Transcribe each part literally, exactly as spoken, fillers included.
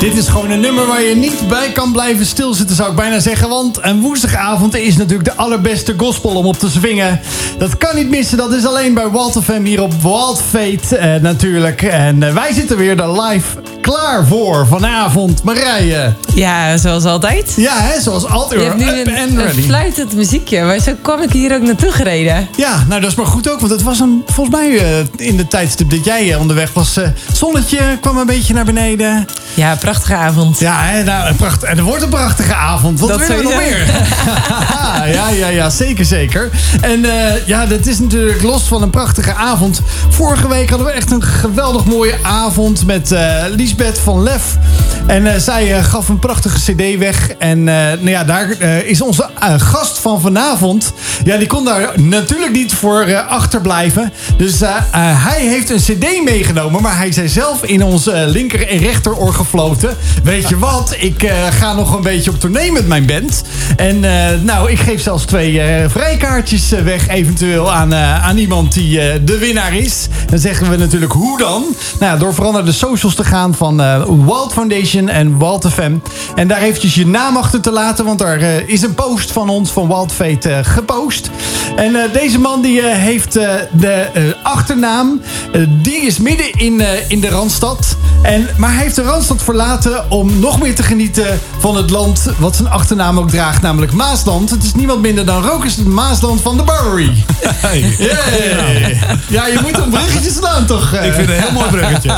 Dit is gewoon een nummer waar je niet bij kan blijven stilzitten, zou ik bijna zeggen. Want een woensdagavond is natuurlijk de allerbeste gospel om op te swingen. Dat kan niet missen, dat is alleen bij Wild F M hier op Wild Fate eh, natuurlijk. En eh, wij zitten weer er live klaar voor vanavond. Marije. Ja, zoals altijd. Ja, hè, zoals altijd. Je hebt nu Up een, and een ready. fluitend muziekje, maar zo kwam ik hier ook naartoe gereden. Ja, nou dat is maar goed ook, want het was een, volgens mij uh, in de tijdstip dat jij uh, onderweg was. Uh, zonnetje kwam een beetje naar beneden. Ja, prachtige avond. Ja, hè, nou, een pracht, en er wordt een prachtige avond. Wat Dat willen we nog sowieso. meer? ja, ja, ja, zeker, zeker. En uh, ja, dat is natuurlijk los van een prachtige avond. Vorige week hadden we echt een geweldig mooie avond met uh, Liesbeth van Lef. En uh, zij uh, gaf een prachtige cd weg. En uh, nou ja, daar uh, is onze uh, gast van vanavond. Ja, die kon daar natuurlijk niet voor uh, achterblijven. Dus uh, uh, hij heeft een cd meegenomen. Maar hij zei zelf in ons uh, linker en rechteroor gefloten. Weet je wat, ik uh, ga nog een beetje op tournee met mijn band. En uh, nou, ik geef zelfs twee uh, vrijkaartjes uh, weg. Eventueel aan, uh, aan iemand die uh, de winnaar is. Dan zeggen we natuurlijk hoe dan. Nou ja, door vooral naar de socials te gaan van uh, Wild Foundation en Wild F M. En daar eventjes je naam achter te laten. Want daar uh, is een post van ons, van Wild Fate, uh, gepost. En uh, deze man die uh, heeft uh, de uh, achternaam. Uh, die is midden in, uh, in de Randstad. En, maar hij heeft de Randstad verlaten om nog meer te genieten van het land wat zijn achternaam ook draagt. Namelijk Maasland. Het is niemand minder dan Rokus Maasland van de Bowery. Hey. Yeah. Ja, je moet een bruggetje slaan toch? Uh? Ik vind het een heel mooi bruggetje.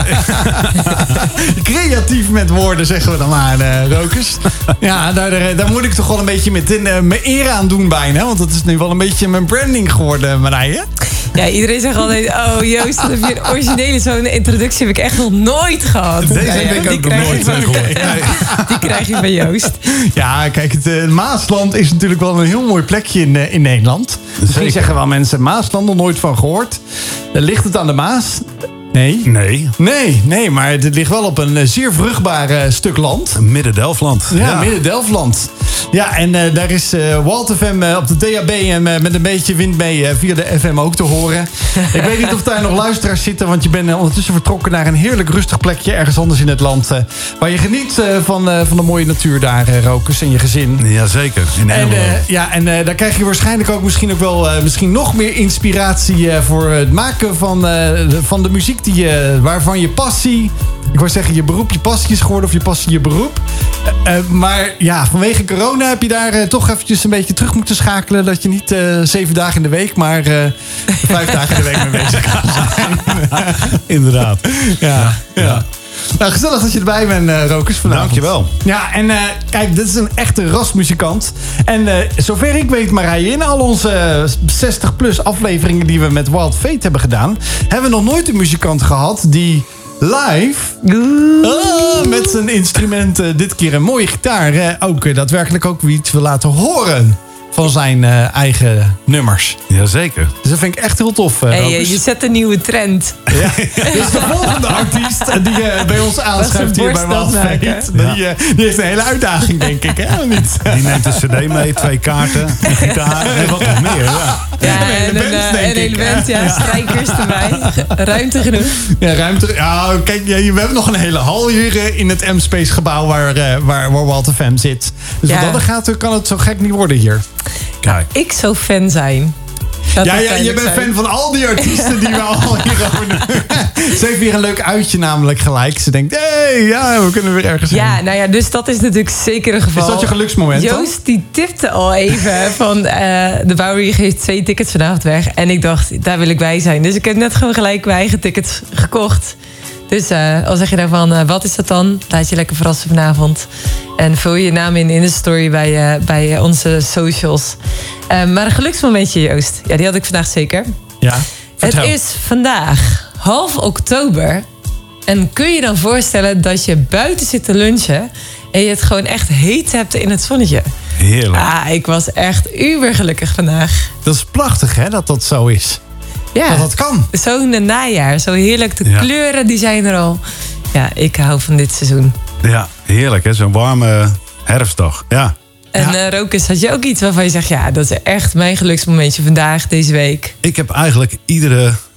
Creatief met woorden, zeggen we dan maar, uh, Rokus. Ja, daar, daar, daar moet ik toch wel een beetje met in, uh, mijn eer aan doen bijna. Want dat is nu wel een beetje mijn branding geworden, Marije. Ja, iedereen zegt altijd, oh Joost, dat heb je een originele zo'n introductie heb ik echt nog nooit gehad. Deze Ja, heb ja, ik die ook nog krijg nooit je van- gehoord. Nee. Die krijg je van Joost. Ja, kijk, het uh, Maasland is natuurlijk wel een heel mooi plekje in, uh, in Nederland. Misschien Zeker. zeggen wel mensen, Maasland nog nooit van gehoord. Uh, ligt het aan de Maas? Nee. Nee, Nee, nee, maar het ligt wel op een uh, zeer vruchtbaar uh, stuk land. Midden-Delfland. Ja, Midden-Delfland. Ja, en uh, daar is uh, Wild F M uh, op de D A B en uh, met een beetje wind mee uh, via de F M ook te horen. Ik weet niet of daar nog luisteraars zitten, want je bent uh, ondertussen vertrokken naar een heerlijk rustig plekje ergens anders in het land. Uh, waar je geniet uh, van, uh, van de mooie natuur daar, uh, Rokus, en je gezin. Jazeker, in En, Ermelo. uh, ja, en uh, daar krijg je waarschijnlijk ook misschien ook wel uh, misschien nog meer inspiratie uh, voor het maken van, uh, de, van de muziek die, uh, waarvan je passie, ik wou zeggen je beroep je passie is geworden of je passie je beroep. Uh, uh, maar ja, vanwege corona heb je daar uh, toch eventjes een beetje terug moeten schakelen. Dat je niet uh, zeven dagen in de week, maar uh, vijf dagen in de week mee bezig kan zijn. Inderdaad. Ja, ja. Nou, gezellig dat je erbij bent, uh, Rokus, vanavond. Dankjewel. Ja, en uh, kijk, dit is een echte rasmuzikant. En uh, zover ik weet, Marije, in al onze zestig plus afleveringen die we met Wild Fate hebben gedaan, hebben we nog nooit een muzikant gehad die live, ah, met zijn instrument, uh, dit keer een mooie gitaar, uh, ook uh, daadwerkelijk ook iets wil laten horen van zijn uh, eigen nummers. Jazeker. Dus dat vind ik echt heel tof, uh, Hey, Rokus. uh, je zet een nieuwe trend. Ja. Dus de volgende artiest die uh, bij ons aanschuift hier bij borst Wild afmaken. Fate, die, uh, die heeft een hele uitdaging, denk ik. Hè? Of niet? Die neemt een cd mee, twee kaarten, een gitaar en wat nog meer. Ja. Ja, Een hele en een, band, uh, denk een hele ik. band, ja, strijkers erbij. Ruimte genoeg. Ja, ruimte. Ja, kijk, ja, we hebben nog een hele hal hier uh, in het M-Space gebouw waar, uh, waar, waar Wild F M zit. Dus Ja. wat dat er gaat, uh, kan het zo gek niet worden hier. Kijk. Ik zou fan zijn. Dat Ja, het ja, je duidelijk bent zijn. fan van al die artiesten die we al hierover doen. Ze heeft weer een leuk uitje namelijk gelijk. Ze denkt, hé, hey, ja, we kunnen weer ergens Ja, heen. nou ja, dus dat is natuurlijk zeker een geval. Is dat je geluksmoment dan? Joost die tipte al even van uh, de Bowery geeft twee tickets vanavond weg. En ik dacht, daar wil ik bij zijn. Dus ik heb net gewoon gelijk mijn eigen tickets gekocht. Dus uh, al zeg je daarvan, uh, wat is dat dan? Laat je lekker verrassen vanavond. En vul je naam in in de story bij, uh, bij uh, onze socials. Uh, maar een geluksmomentje, Joost. Ja, die had ik vandaag zeker. Ja, vertel. Het is vandaag half oktober. En kun je dan voorstellen dat je buiten zit te lunchen en je het gewoon echt heet hebt in het zonnetje? Heerlijk. Ah, ik was echt uber gelukkig vandaag. Dat is prachtig, hè, dat dat zo is. Ja, Dat dat kan. zo'n najaar, zo heerlijk. De Ja. kleuren die zijn er al. Ja, ik hou van dit seizoen. Ja, heerlijk hè, zo'n warme herfstdag. Ja. En Ja. uh, Rokus, had je ook iets waarvan je zegt, ja, dat is echt mijn geluksmomentje vandaag, deze week? Ik heb eigenlijk iedere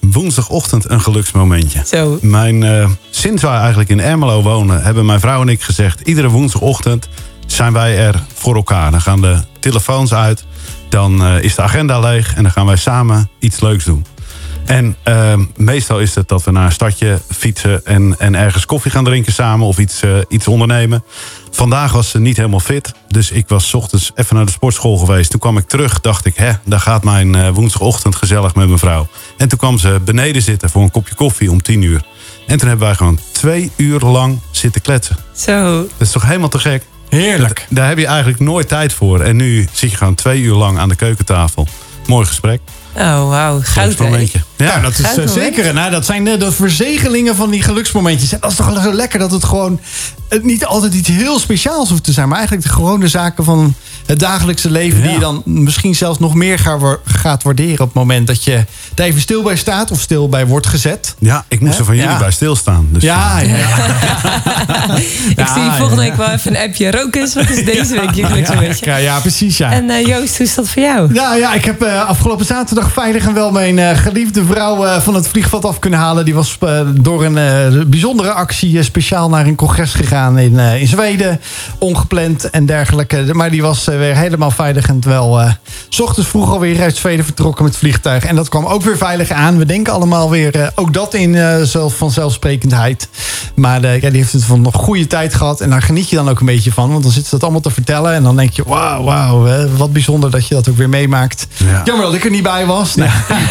woensdagochtend een geluksmomentje. Zo. Mijn, uh, sinds wij eigenlijk in Ermelo wonen, hebben mijn vrouw en ik gezegd, iedere woensdagochtend zijn wij er voor elkaar. Dan gaan de telefoons uit, dan uh, is de agenda leeg en dan gaan wij samen iets leuks doen. En uh, meestal is het dat we naar een stadje fietsen en, en ergens koffie gaan drinken samen of iets, uh, iets ondernemen. Vandaag was ze niet helemaal fit, dus ik was 's ochtends even naar de sportschool geweest. Toen kwam ik terug, dacht ik, hè, daar gaat mijn uh, woensdagochtend gezellig met mijn vrouw. En toen kwam ze beneden zitten voor een kopje koffie om tien uur. En toen hebben wij gewoon twee uur lang zitten kletsen. Zo. Dat is toch helemaal te gek? Heerlijk. Dat, daar heb je eigenlijk nooit tijd voor. En nu zit je gewoon twee uur lang aan de keukentafel. Mooi gesprek. Oh, wauw. Goud, momentje. Ja, ja, dat is uh, zeker. Nou, dat zijn de, de verzegelingen van die geluksmomentjes. En dat is toch wel zo lekker dat het gewoon uh, niet altijd iets heel speciaals hoeft te zijn. Maar eigenlijk de gewone zaken van het dagelijkse leven. Ja. Die je dan misschien zelfs nog meer ga, gaat waarderen op het moment dat je daar even stil bij staat. Of stil bij wordt gezet. Ja, ik moest er van jullie ja. bij stilstaan. Dus ja, ja, ja. Ik ja, zie je volgende week wel even een appje. Rokus, wat is deze week je geluksmomentje? Ja, ja, precies. Ja. En uh, Joost, hoe is dat voor jou? Ja, ja ik heb uh, afgelopen zaterdag veilig en wel mijn uh, geliefde vrouw uh, van het vliegveld af kunnen halen. Die was uh, door een uh, bijzondere actie uh, speciaal naar een congres gegaan in, uh, in Zweden. Ongepland en dergelijke. Maar die was uh, weer helemaal veilig en wel uh, 's ochtends vroeg alweer uit Zweden vertrokken met het vliegtuig. En dat kwam ook weer veilig aan. We denken allemaal weer uh, ook dat in uh, zelf, vanzelfsprekendheid. Maar uh, ja, die heeft het van nog goede tijd gehad. En daar geniet je dan ook een beetje van. Want dan zit ze dat allemaal te vertellen. En dan denk je, wauw, wauw, uh, wat bijzonder dat je dat ook weer meemaakt. Ja. Jammer dat ik er niet bij was. Nee.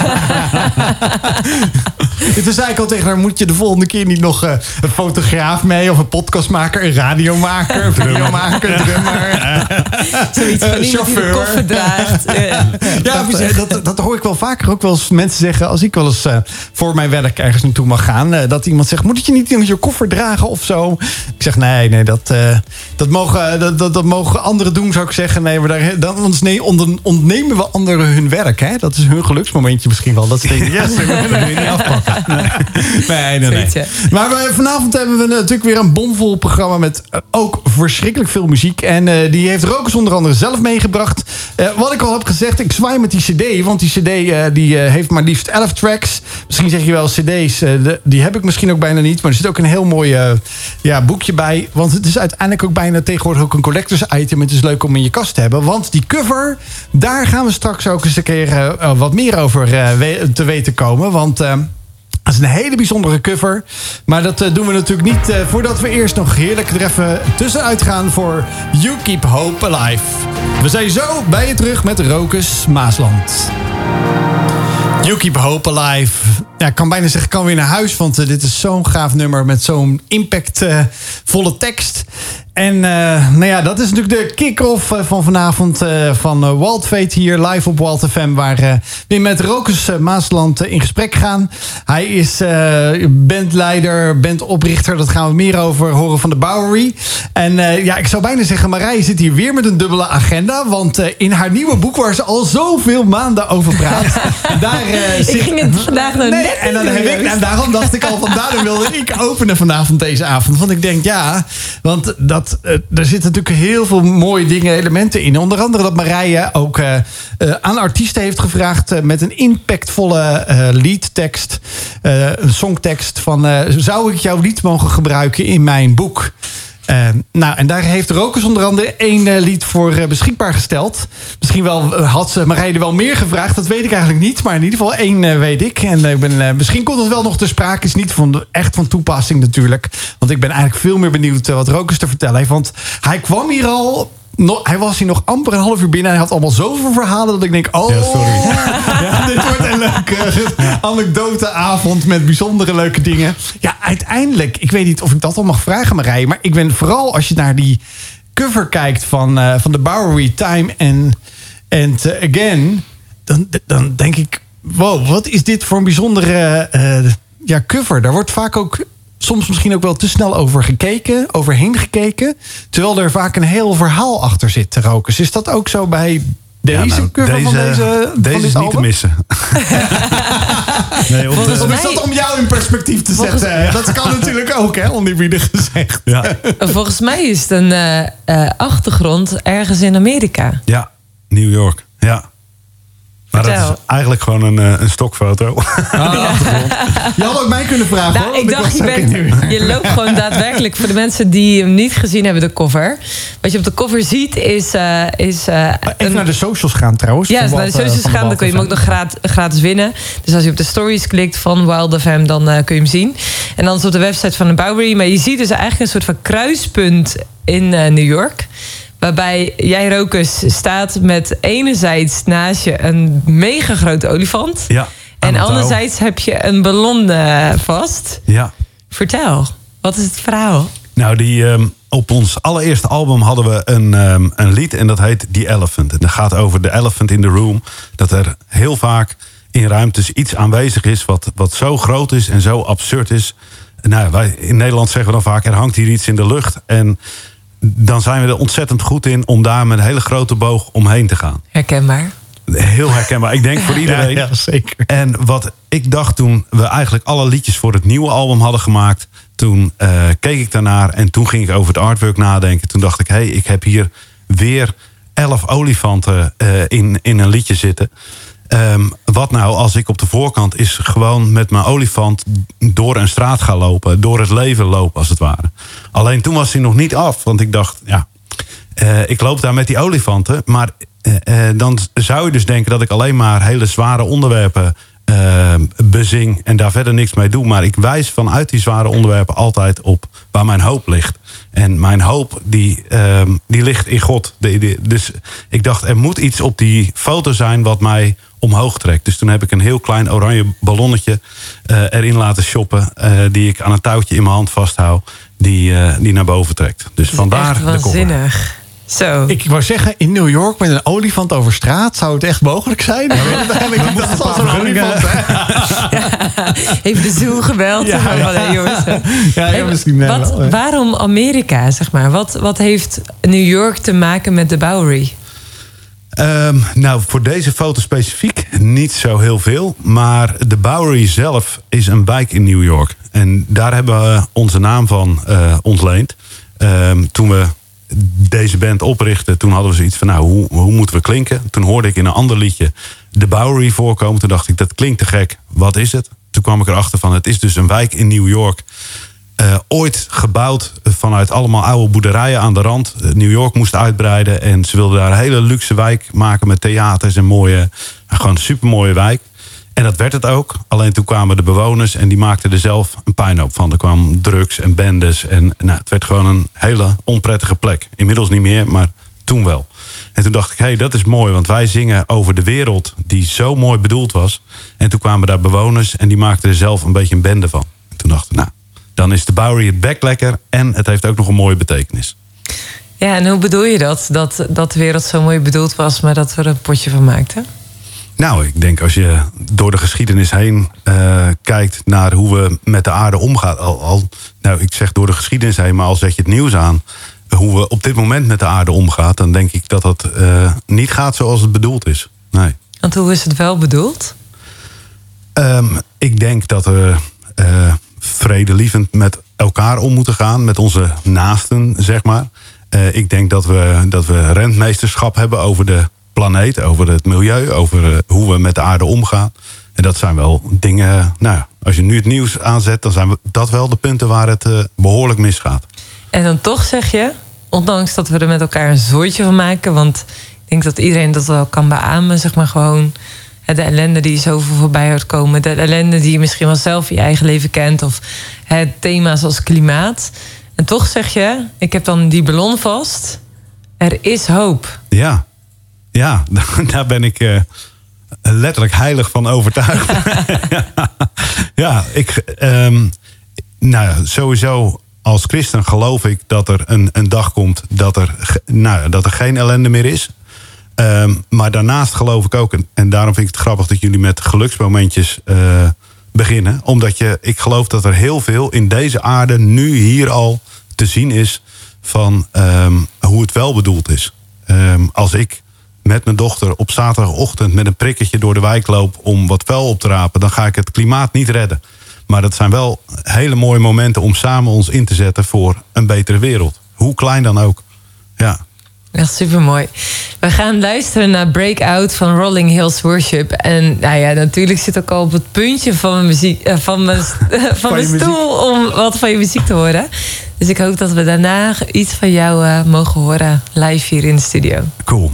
Toen zei ik al tegen haar, moet je de volgende keer niet nog uh, een fotograaf mee of een podcastmaker, een radiomaker, een videomaker, drummer. Zoiets van iemand die de koffer draagt. Ja, ja dat, dat, dat hoor ik wel vaker. Ook wel eens mensen zeggen, als ik wel eens uh, voor mijn werk ergens naartoe mag gaan, uh, dat iemand zegt, moet je niet in je koffer dragen of zo? Ik zeg, nee, nee, dat, uh, dat, mogen, dat, dat, dat mogen anderen doen, zou ik zeggen. Nee, maar daar, dan nee, ontnemen we anderen hun werk. Hè? Dat is hun geluksmomentje misschien wel. Dat ze denken, yes, we kunnen het niet afpakken. Nee, nee, nee. nee. Maar we, vanavond hebben we natuurlijk weer een bomvol programma met uh, ook verschrikkelijk veel muziek. En uh, die heeft Rokus onder andere zelf meegebracht. Uh, wat ik al heb gezegd, ik zwaai met die cd. Want die cd uh, die, uh, heeft maar liefst elf tracks. Misschien zeg je wel cd's, uh, de, die heb ik misschien ook bijna niet. Maar er zit ook een heel mooi uh, ja, boekje bij. Want het is uiteindelijk ook bijna tegenwoordig ook een collectors item. Het is leuk om in je kast te hebben. Want die cover, daar gaan we straks ook eens een keer uh, wat meer over uh, we- te weten komen. Want Uh, dat is een hele bijzondere cover. Maar dat uh, doen we natuurlijk niet uh, voordat we eerst nog heerlijk er even tussenuit gaan voor You Keep Hope Alive. We zijn zo bij je terug met Rokus Maasland. You Keep Hope Alive. Ja, ik kan bijna zeggen, ik kan weer naar huis. Want uh, dit is zo'n gaaf nummer met zo'n impactvolle uh, tekst. En uh, nou ja, dat is natuurlijk de kick-off uh, van vanavond uh, van uh, Wild Fate hier live op Wild F M. Waar uh, we met Rokus uh, Maasland uh, in gesprek gaan. Hij is uh, bandleider, bandoprichter. Dat gaan we meer over horen van de Bowery. En uh, ja, ik zou bijna zeggen, Marije zit hier weer met een dubbele agenda. Want uh, in haar nieuwe boek waar ze al zoveel maanden over praat. daar, uh, zit... Ik ging het vandaag nog nee, net en, dan heb ik, en daarom dacht ik al, van daarom wilde ik openen vanavond deze avond. Want ik denk, ja, want dat Uh, er zitten natuurlijk heel veel mooie dingen, elementen in. Onder andere dat Marije ook uh, uh, aan artiesten heeft gevraagd uh, met een impactvolle uh, liedtekst, uh, een songtekst van uh, zou ik jouw lied mogen gebruiken in mijn boek? Uh, nou, en daar heeft Rokus onder andere één uh, lied voor uh, beschikbaar gesteld. Misschien wel uh, had ze Marije er wel meer gevraagd. Dat weet ik eigenlijk niet. Maar in ieder geval één uh, weet ik. En uh, ik ben, uh, misschien komt het wel nog ter sprake. Is niet van, echt van toepassing natuurlijk. Want ik ben eigenlijk veel meer benieuwd uh, wat Rokus te vertellen heeft. Want hij kwam hier al. No, hij was hier nog amper een half uur binnen. Hij had allemaal zoveel verhalen dat ik denk, oh, ja, sorry. Ja, dit wordt een leuke ja. anekdoteavond met bijzondere leuke dingen. Ja, uiteindelijk, ik weet niet of ik dat al mag vragen, Marije, maar ik ben vooral als je naar die cover kijkt van, uh, van de Bowery, Time and, and uh, Again, dan, dan denk ik, wow, wat is dit voor een bijzondere uh, ja, cover? Daar wordt vaak ook soms misschien ook wel te snel over gekeken, overheen gekeken. Terwijl er vaak een heel verhaal achter zit, Rokus. Is dat ook zo bij deze ja, nou, cover deze, van deze Deze van dit is album? niet te missen. nee, of is dat om jou in perspectief te volgens zetten? Dat kan natuurlijk ook, hè, oneerbiedig gezegd. Ja. Volgens mij is het een uh, uh, achtergrond ergens in Amerika. Ja, New York. Ja. Maar dat Vertel. is eigenlijk gewoon een, eh, een stokfoto. Ah, je had ook mij kunnen vragen. Nou, hoor, ik want dacht, was je, ook in New bent, York. je loopt gewoon daadwerkelijk... voor de mensen die hem niet gezien hebben, de cover. Wat je op de cover ziet, is... Uh, is uh, Even een, naar de socials gaan trouwens. ja, van naar de Wild, eh, socials van de gaan, dan kun je hem ook Wild nog gratis, gratis winnen. Dus als je op de stories klikt van Wild F M, dan uh, kun je hem zien. En dan is het op de website van de Bowery. Maar je ziet dus eigenlijk een soort van kruispunt in uh, New York... waarbij jij, Rokus, staat met enerzijds naast je een mega grote olifant. Ja, aan en het touw. anderzijds heb je een ballon uh, vast. Ja. Vertel, wat is het verhaal? Nou, die, um, op ons allereerste album hadden we een, um, een lied en dat heet The Elephant. En dat gaat over de elephant in the room. Dat er heel vaak in ruimtes iets aanwezig is wat, wat zo groot is en zo absurd is. Nou, wij in Nederland zeggen we dan vaak, er hangt hier iets in de lucht. En dan zijn we er ontzettend goed in om daar met een hele grote boog omheen te gaan. Herkenbaar. Heel herkenbaar. Ik denk voor iedereen. Ja, ja, zeker. En wat ik dacht toen we eigenlijk alle liedjes voor het nieuwe album hadden gemaakt... toen uh, keek ik daarnaar en toen ging ik over het artwork nadenken. Toen dacht ik, hé, hey, ik heb hier weer elf olifanten uh, in, in een liedje zitten. Um, wat nou als ik op de voorkant is gewoon met mijn olifant door een straat ga lopen. Door het leven lopen, als het ware. Alleen toen was hij nog niet af. Want ik dacht, ja, uh, ik loop daar met die olifanten. Maar uh, uh, dan zou je dus denken dat ik alleen maar hele zware onderwerpen uh, bezing. En daar verder niks mee doe. Maar ik wijs vanuit die zware onderwerpen altijd op waar mijn hoop ligt. En mijn hoop, die, uh, die ligt in God. De, de, dus ik dacht, er moet iets op die foto zijn wat mij omhoog trekt. Dus toen heb ik een heel klein oranje ballonnetje uh, erin laten shoppen. Uh, die ik aan een touwtje in mijn hand vasthoud. Die, uh, die naar boven trekt. Dus vandaar Echt de cover. waanzinnig. Zo. Ik wou zeggen, in New York met een olifant over straat... zou het echt mogelijk zijn? Ja, ik dacht, dat is al zo'n olifant, hè? Even de zoo gebeld. Ja, Ja, ja. ja. Jongens. Ja, ja, Hey, misschien wel, wat, ja. waarom Amerika, zeg maar? Wat, wat heeft New York te maken met de Bowery? Um, nou, voor deze foto specifiek niet zo heel veel. Maar de Bowery zelf is een wijk in New York. En daar hebben we onze naam van uh, ontleend. Um, toen we deze band oprichten, toen hadden we zoiets van... nou, hoe, hoe moeten we klinken? Toen hoorde ik in een ander liedje de Bowery voorkomen. Toen dacht ik, dat klinkt te gek. Wat is het? Toen kwam ik erachter van, het is dus een wijk in New York... Uh, ooit gebouwd vanuit allemaal oude boerderijen aan de rand. Uh, New York moest uitbreiden en ze wilden daar een hele luxe wijk maken met theaters en mooie, gewoon een supermooie wijk. En dat werd het ook. Alleen toen kwamen de bewoners en die maakten er zelf een puinhoop van. Er kwamen drugs en bendes en nou, het werd gewoon een hele onprettige plek. Inmiddels niet meer, maar toen wel. En toen dacht ik, hé, hey, dat is mooi, want wij zingen over de wereld die zo mooi bedoeld was. En toen kwamen daar bewoners en die maakten er zelf een beetje een bende van. En toen dacht ik, nou, dan is de Bowery het bek lekker en het heeft ook nog een mooie betekenis. Ja, en hoe bedoel je dat? Dat, dat de wereld zo mooi bedoeld was, maar dat we er een potje van maakten? Nou, ik denk als je door de geschiedenis heen uh, kijkt naar hoe we met de aarde omgaan. Al, al, nou, ik zeg door de geschiedenis heen, maar al zet je het nieuws aan. Hoe we op dit moment met de aarde omgaan, dan denk ik dat het uh, niet gaat zoals het bedoeld is. Nee. Want hoe is het wel bedoeld? Um, ik denk dat we uh, vredelievend met elkaar om moeten gaan. Met onze naasten, zeg maar. Uh, ik denk dat we, dat we rentmeesterschap hebben over de planeet, over het milieu, over uh, hoe we met de aarde omgaan. En dat zijn wel dingen, nou, als je nu het nieuws aanzet, dan zijn we, dat wel de punten waar het uh, behoorlijk misgaat. En dan toch zeg je, ondanks dat we er met elkaar een zooitje van maken, want ik denk dat iedereen dat wel kan beamen, zeg maar gewoon de ellende die zoveel voorbij hoort komen, de ellende die je misschien wel zelf in je eigen leven kent, of hè, thema's als klimaat. En toch zeg je, ik heb dan die ballon vast, er is hoop. Ja, ja, daar ben ik uh, letterlijk heilig van overtuigd. Ja, ik, um, nou sowieso als christen geloof ik dat er een, een dag komt dat er, nou, dat er geen ellende meer is. Um, maar daarnaast geloof ik ook, en, en daarom vind ik het grappig dat jullie met geluksmomentjes uh, beginnen. Omdat je, ik geloof dat er heel veel in deze aarde nu hier al te zien is van um, hoe het wel bedoeld is. Um, als ik met mijn dochter op zaterdagochtend met een prikketje door de wijk loop om wat vuil op te rapen, dan ga ik het klimaat niet redden. Maar dat zijn wel hele mooie momenten om samen ons in te zetten voor een betere wereld. Hoe klein dan ook. Ja. Echt supermooi. We We gaan luisteren naar Breakout van Rolling Hills Worship. En nou ja, natuurlijk zit ik al op het puntje van mijn, muziek, uh, van mijn, uh, van van mijn stoel om wat van je muziek te horen. Dus ik hoop dat we daarna iets van jou uh, mogen horen live hier in de studio. Cool.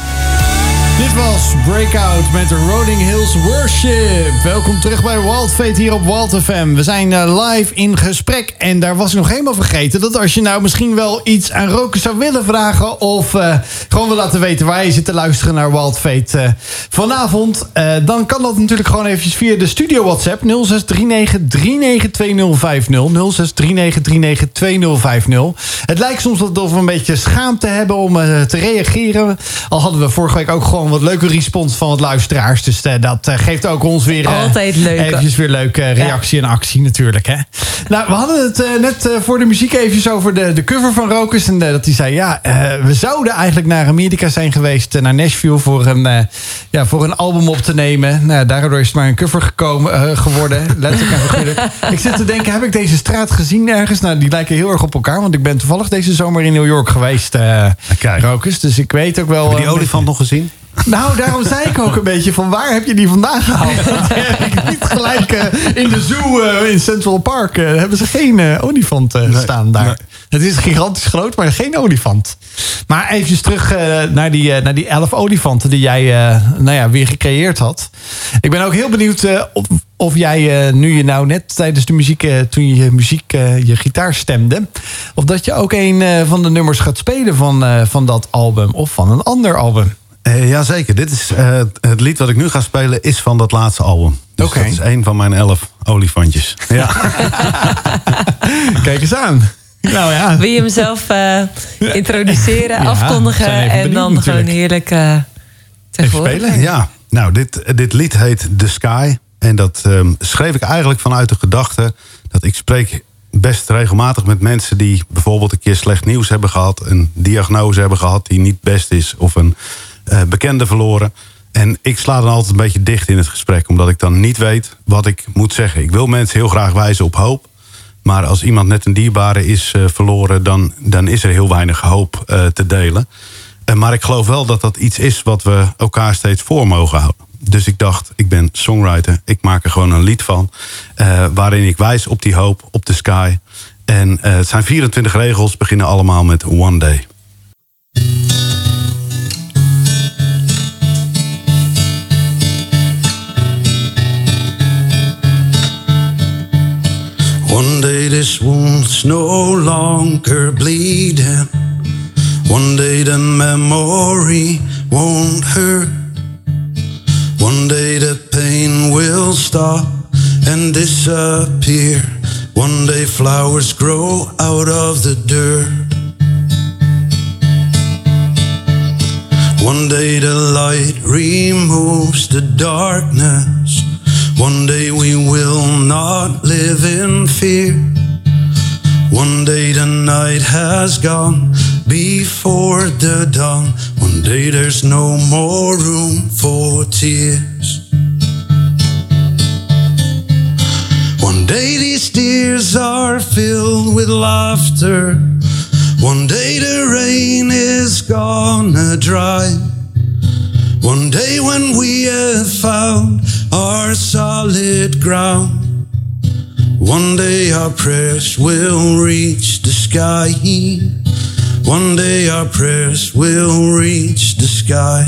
Dit was Breakout met Rolling Hills Worship. Welkom terug bij Wild Fate hier op Wild F M. We zijn uh, live in gesprek en daar was ik nog helemaal vergeten... dat als je nou misschien wel iets aan Rokus zou willen vragen... of uh, gewoon wil laten weten waar je zit te luisteren naar Wild Fate uh, vanavond... Uh, dan kan dat natuurlijk gewoon eventjes via de studio WhatsApp... nul zes drie negen drie negen twee nul vijf nul. nul zes drie negen drie negen twee nul vijf nul. Het lijkt soms dat we een beetje schaamte hebben om uh, te reageren. Al hadden we vorige week ook gewoon wat leuke respons van wat luisteraars. Dus uh, dat uh, geeft ook ons weer uh, altijd leuk. Eventjes weer leuke reactie ja. en actie natuurlijk. Hè? Nou, we hadden het uh, net uh, voor de muziek even over de, de cover van Rokus. En uh, dat hij zei, ja, uh, we zouden eigenlijk naar Amerika zijn geweest. Uh, naar Nashville voor een, uh, ja, voor een album op te nemen. Nou, daardoor is het maar een cover gekomen, uh, geworden. Letterlijk en figuurlijk. Ik zit te denken, heb ik deze straat gezien ergens? Nou, die lijken heel erg op elkaar. Want ik ben toevallig deze zomer in New York geweest, uh, Rokus. Dus ik weet ook wel... Heb je die uh, olifant nog gezien? Nou, daarom zei ik ook een beetje van waar heb je die vandaan gehaald? Want heb ik niet gelijk uh, in de zoo uh, in Central Park uh, hebben ze geen uh, olifant uh, nee, staan daar. Nee. Het is gigantisch groot, maar geen olifant. Maar even terug uh, naar, die, uh, naar die elf olifanten die jij uh, nou ja, weer gecreëerd had. Ik ben ook heel benieuwd uh, of, of jij uh, nu je nou net tijdens de muziek, uh, toen je muziek, uh, je gitaar stemde, of dat je ook een uh, van de nummers gaat spelen van, uh, van dat album of van een ander album. Uh, Jazeker, dit is uh, het lied wat ik nu ga spelen is van dat laatste album. Dus okay. Dat is een van mijn elf olifantjes. Ja. Kijk eens aan. Nou ja. Wil je hem zelf uh, introduceren, ja, afkondigen en dan natuurlijk. Gewoon heerlijk uh, te spelen? Ja, nou dit, dit lied heet The Sky. En dat um, schreef ik eigenlijk vanuit de gedachte dat ik spreek best regelmatig met mensen die bijvoorbeeld een keer slecht nieuws hebben gehad, een diagnose hebben gehad die niet best is of een Uh, bekende verloren. En ik sla dan altijd een beetje dicht in het gesprek, omdat ik dan niet weet wat ik moet zeggen. Ik wil mensen heel graag wijzen op hoop. Maar als iemand net een dierbare is uh, verloren, dan, dan is er heel weinig hoop uh, te delen. Uh, maar ik geloof wel dat dat iets is wat we elkaar steeds voor mogen houden. Dus ik dacht, ik ben songwriter. Ik maak er gewoon een lied van. Uh, waarin ik wijs op die hoop, op de sky. En uh, het zijn vierentwintig regels, beginnen allemaal met One Day. One day this wound's no longer bleeding. One day the memory won't hurt. One day the pain will stop and disappear. One day flowers grow out of the dirt. One day the light removes the darkness. One day we will not live in fear. One day the night has gone before the dawn. One day there's no more room for tears. One day these tears are filled with laughter. One day the rain is gonna dry. One day when we have found our solid ground. One day our prayers will reach the sky. One day our prayers will reach the sky.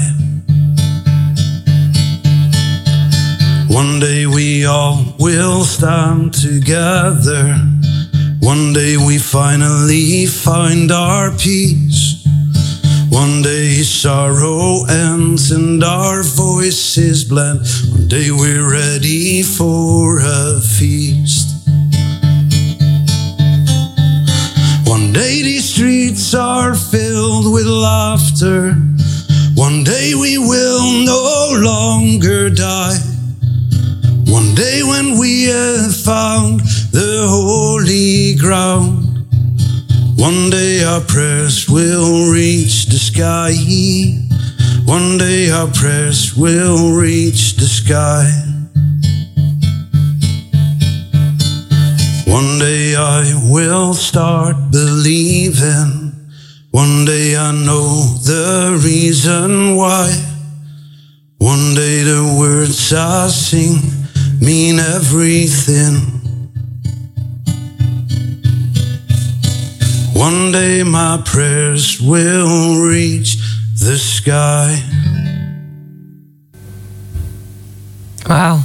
One day we all will stand together. One day we finally find our peace. One day sorrow ends and our voices blend. One day we're ready for a feast. One day these streets are filled with laughter. One day we will no longer die. One day when we have found the holy ground. One day our prayers will reach the sky. One day our prayers will reach the sky. One day I will start believing. One day I know the reason why. One day the words I sing mean everything. One day my prayers will reach the sky. Wauw.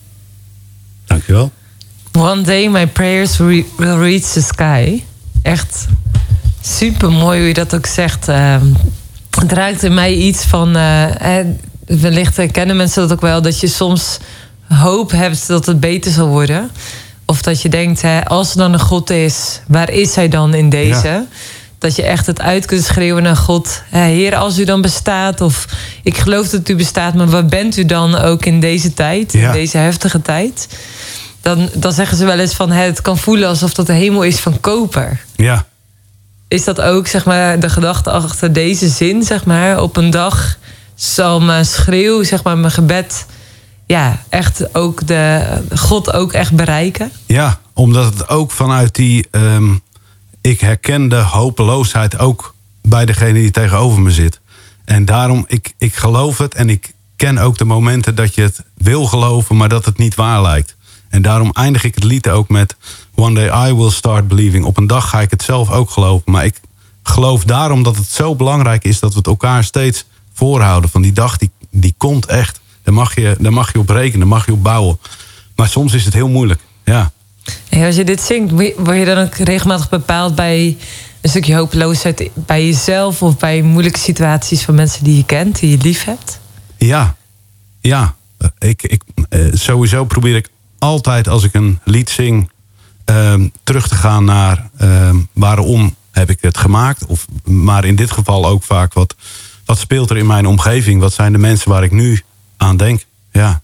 Dankjewel. One day my prayers re- will reach the sky. Echt super mooi hoe je dat ook zegt. Uh, het raakt in mij iets van... Uh, eh, wellicht kennen mensen dat ook wel... dat je soms hoop hebt dat het beter zal worden. Of dat je denkt, hè, als er dan een God is... waar is hij dan in deze? Ja. Dat je echt het uit kunt schreeuwen naar God. Heer, als u dan bestaat, of ik geloof dat u bestaat... maar waar bent u dan ook in deze tijd, ja. in deze heftige tijd? Dan, dan zeggen ze wel eens van, het kan voelen alsof dat de hemel is van koper. Ja. Is dat ook, zeg maar, de gedachte achter deze zin, zeg maar? Op een dag zal mijn schreeuw, zeg maar, mijn gebed... ja, echt ook de God ook echt bereiken? Ja, omdat het ook vanuit die... Um, ik herken de hopeloosheid ook bij degene die tegenover me zit. En daarom, ik, ik geloof het en ik ken ook de momenten dat je het wil geloven... maar dat het niet waar lijkt. En daarom eindig ik het lied ook met... One day I will start believing. Op een dag ga ik het zelf ook geloven. Maar ik geloof daarom dat het zo belangrijk is... dat we het elkaar steeds voorhouden. Van die dag, die, die komt echt. Daar mag, je, daar mag je op rekenen, daar mag je op bouwen. Maar soms is het heel moeilijk, ja. En als je dit zingt, word je dan ook regelmatig bepaald... bij een stukje hopeloosheid bij jezelf... of bij moeilijke situaties van mensen die je kent, die je lief hebt? Ja, ja. Ik, ik, sowieso probeer ik altijd als ik een lied zing... Um, terug te gaan naar um, waarom heb ik het gemaakt. Of, maar in dit geval ook vaak wat, wat speelt er in mijn omgeving. Wat zijn de mensen waar ik nu aan denk. Ja,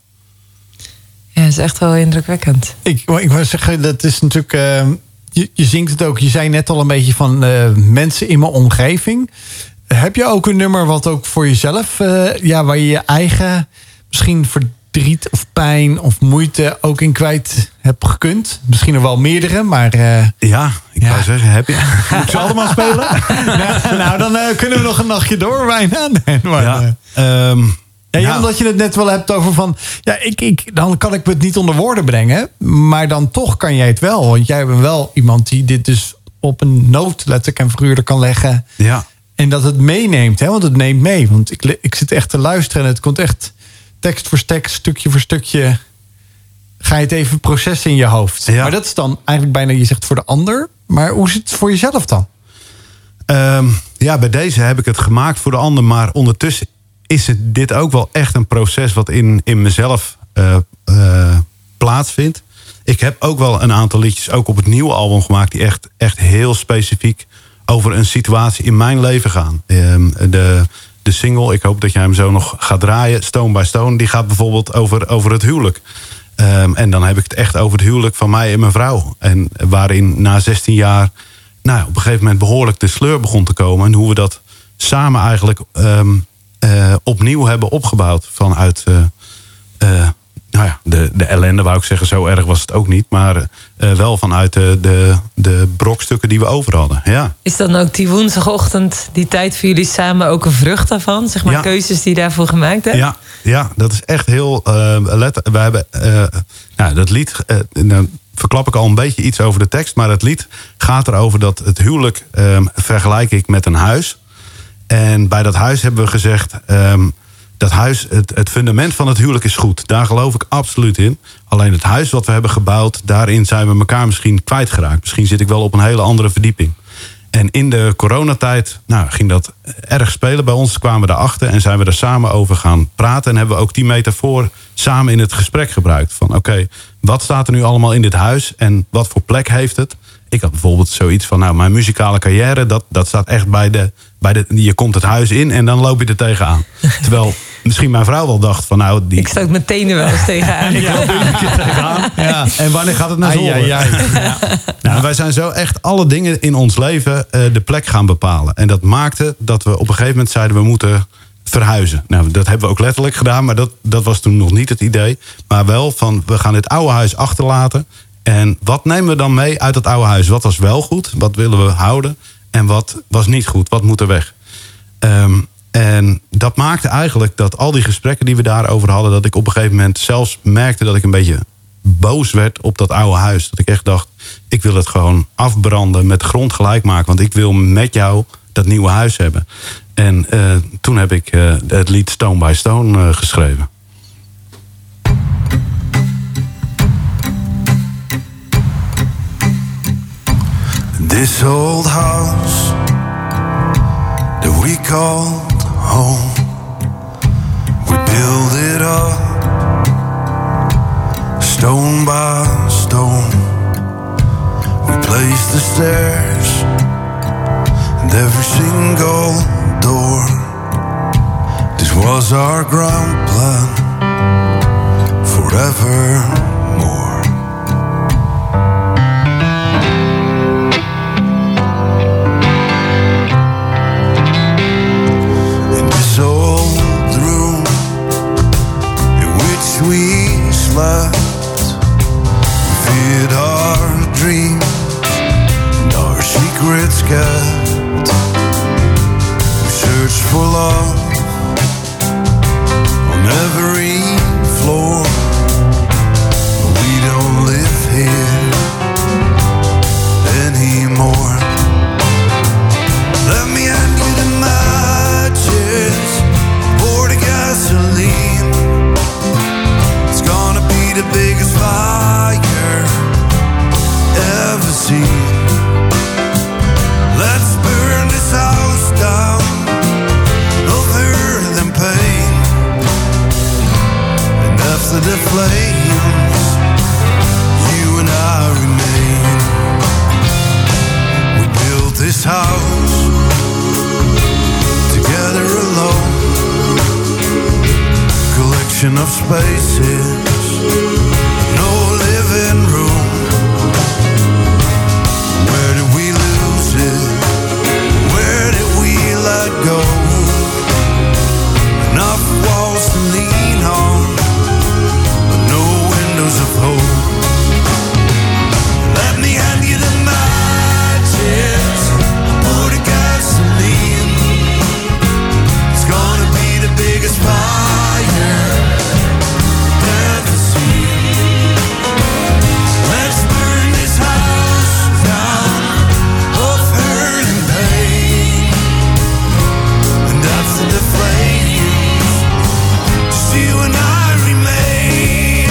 ja, dat is echt wel indrukwekkend. Ik, ik wou zeggen, dat is natuurlijk... Uh, je, je zingt het ook. Je zei net al een beetje van uh, mensen in mijn omgeving. Heb je ook een nummer wat ook voor jezelf... Uh, ja, waar je je eigen misschien verdriet of pijn of moeite ook in kwijt hebt gekund? Misschien nog wel meerdere, maar... Uh, ja, ik ja. wou zeggen, heb je... Moet je allemaal spelen? nou, nou, dan uh, kunnen we nog een nachtje door bijna. Nee, maar, ja, uh, um, Ja, ja, nou. omdat je het net wel hebt over van... ja, ik, ik, dan kan ik het niet onder woorden brengen. Maar dan toch kan jij het wel. Want jij bent wel iemand die dit dus op een noot letterlijk en figuurlijk kan leggen. Ja. En dat het meeneemt, hè? Want het neemt mee. Want ik, ik zit echt te luisteren en het komt echt tekst voor tekst, stukje voor stukje... ga je het even processen in je hoofd. Ja. Maar dat is dan eigenlijk bijna, je zegt voor de ander. Maar hoe is het voor jezelf dan? Um, ja, bij deze heb ik het gemaakt voor de ander. Maar ondertussen is het dit ook wel echt een proces wat in, in mezelf uh, uh, plaatsvindt. Ik heb ook wel een aantal liedjes ook op het nieuwe album gemaakt... die echt, echt heel specifiek over een situatie in mijn leven gaan. Um, de, de single, ik hoop dat jij hem zo nog gaat draaien... Stone by Stone, die gaat bijvoorbeeld over, over het huwelijk. Um, en dan heb ik het echt over het huwelijk van mij en mijn vrouw. En waarin na zestien jaar... nou, op een gegeven moment behoorlijk de sleur begon te komen... en hoe we dat samen eigenlijk... Um, Uh, opnieuw hebben opgebouwd vanuit uh, uh, nou ja, de, de ellende, wou ik zeggen. Zo erg was het ook niet. Maar uh, wel vanuit de, de, de brokstukken die we over hadden. Ja. Is dan ook die woensdagochtend, die tijd voor jullie samen ook een vrucht daarvan? Zeg maar, ja. Keuzes die je daarvoor gemaakt hebt? Ja, ja, dat is echt heel uh, let. We hebben uh, nou, dat lied. Uh, nou, verklap ik al een beetje iets over de tekst. Maar het lied gaat erover dat het huwelijk uh, vergelijk ik met een huis. En bij dat huis hebben we gezegd... Um, dat huis, het, het fundament van het huwelijk is goed. Daar geloof ik absoluut in. Alleen het huis wat we hebben gebouwd... daarin zijn we elkaar misschien kwijtgeraakt. Misschien zit ik wel op een hele andere verdieping. En in de coronatijd nou, ging dat erg spelen bij ons. Kwamen we daarachter en zijn we er samen over gaan praten. En hebben we ook die metafoor samen in het gesprek gebruikt. Van oké, okay, wat staat er nu allemaal in dit huis? En wat voor plek heeft het? Ik had bijvoorbeeld zoiets van, nou, mijn muzikale carrière... dat, dat staat echt bij de, bij de... Je komt het huis in en dan loop je er tegenaan. Terwijl misschien mijn vrouw wel dacht van, nou... Die, ik stoot mijn tenen wel eens tegenaan. ik loop er een keer tegenaan. Ja. En wanneer gaat het naar zolder? Ai, ai, ai. Ja. Nou, wij zijn zo echt alle dingen in ons leven uh, de plek gaan bepalen. En dat maakte dat we op een gegeven moment zeiden... we moeten verhuizen. Nou, dat hebben we ook letterlijk gedaan... maar dat, dat was toen nog niet het idee. Maar wel van, we gaan dit oude huis achterlaten... En wat nemen we dan mee uit het oude huis? Wat was wel goed? Wat willen we houden? en wat was niet goed, wat moet er weg. Um, en dat maakte eigenlijk dat al die gesprekken die we daarover hadden, dat ik op een gegeven moment zelfs merkte dat ik een beetje boos werd op dat oude huis. Dat ik echt dacht, ik wil het gewoon afbranden, met de grond gelijk maken, want ik wil met jou dat nieuwe huis hebben. En uh, toen heb ik uh, het lied Stone by Stone uh, geschreven. This old house that we called home, we build it up stone by stone. We place the stairs and every single door. This was our ground plan forevermore. In this old room in which we slept, we feared our dreams and our secrets kept. We searched for love on every floor. We don't live here anymore. Let me hand you the matches, pour the gasoline. It's gonna be the biggest fire ever seen. Let's burn this house down of hurt and pain. And after the flames, you and I remain. We built this house together alone. Collection of spaces, no living room. Where did we lose it? Where did we let go? Enough walls to lean on, but no windows of hope. Let me hand you the matches, pour the gasoline. It's gonna be the biggest fire ever seen. Let's burn this house down of hurt and pain. And after the flames, just you and I remain.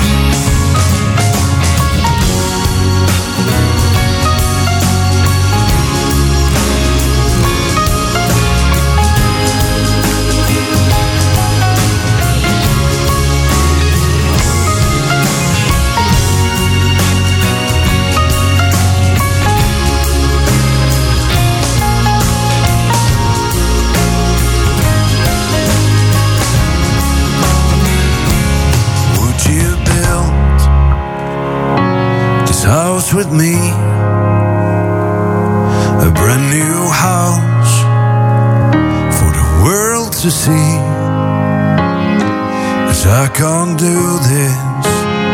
Would you build this house with me? A brand new house for the world to see. 'Cause I can't do this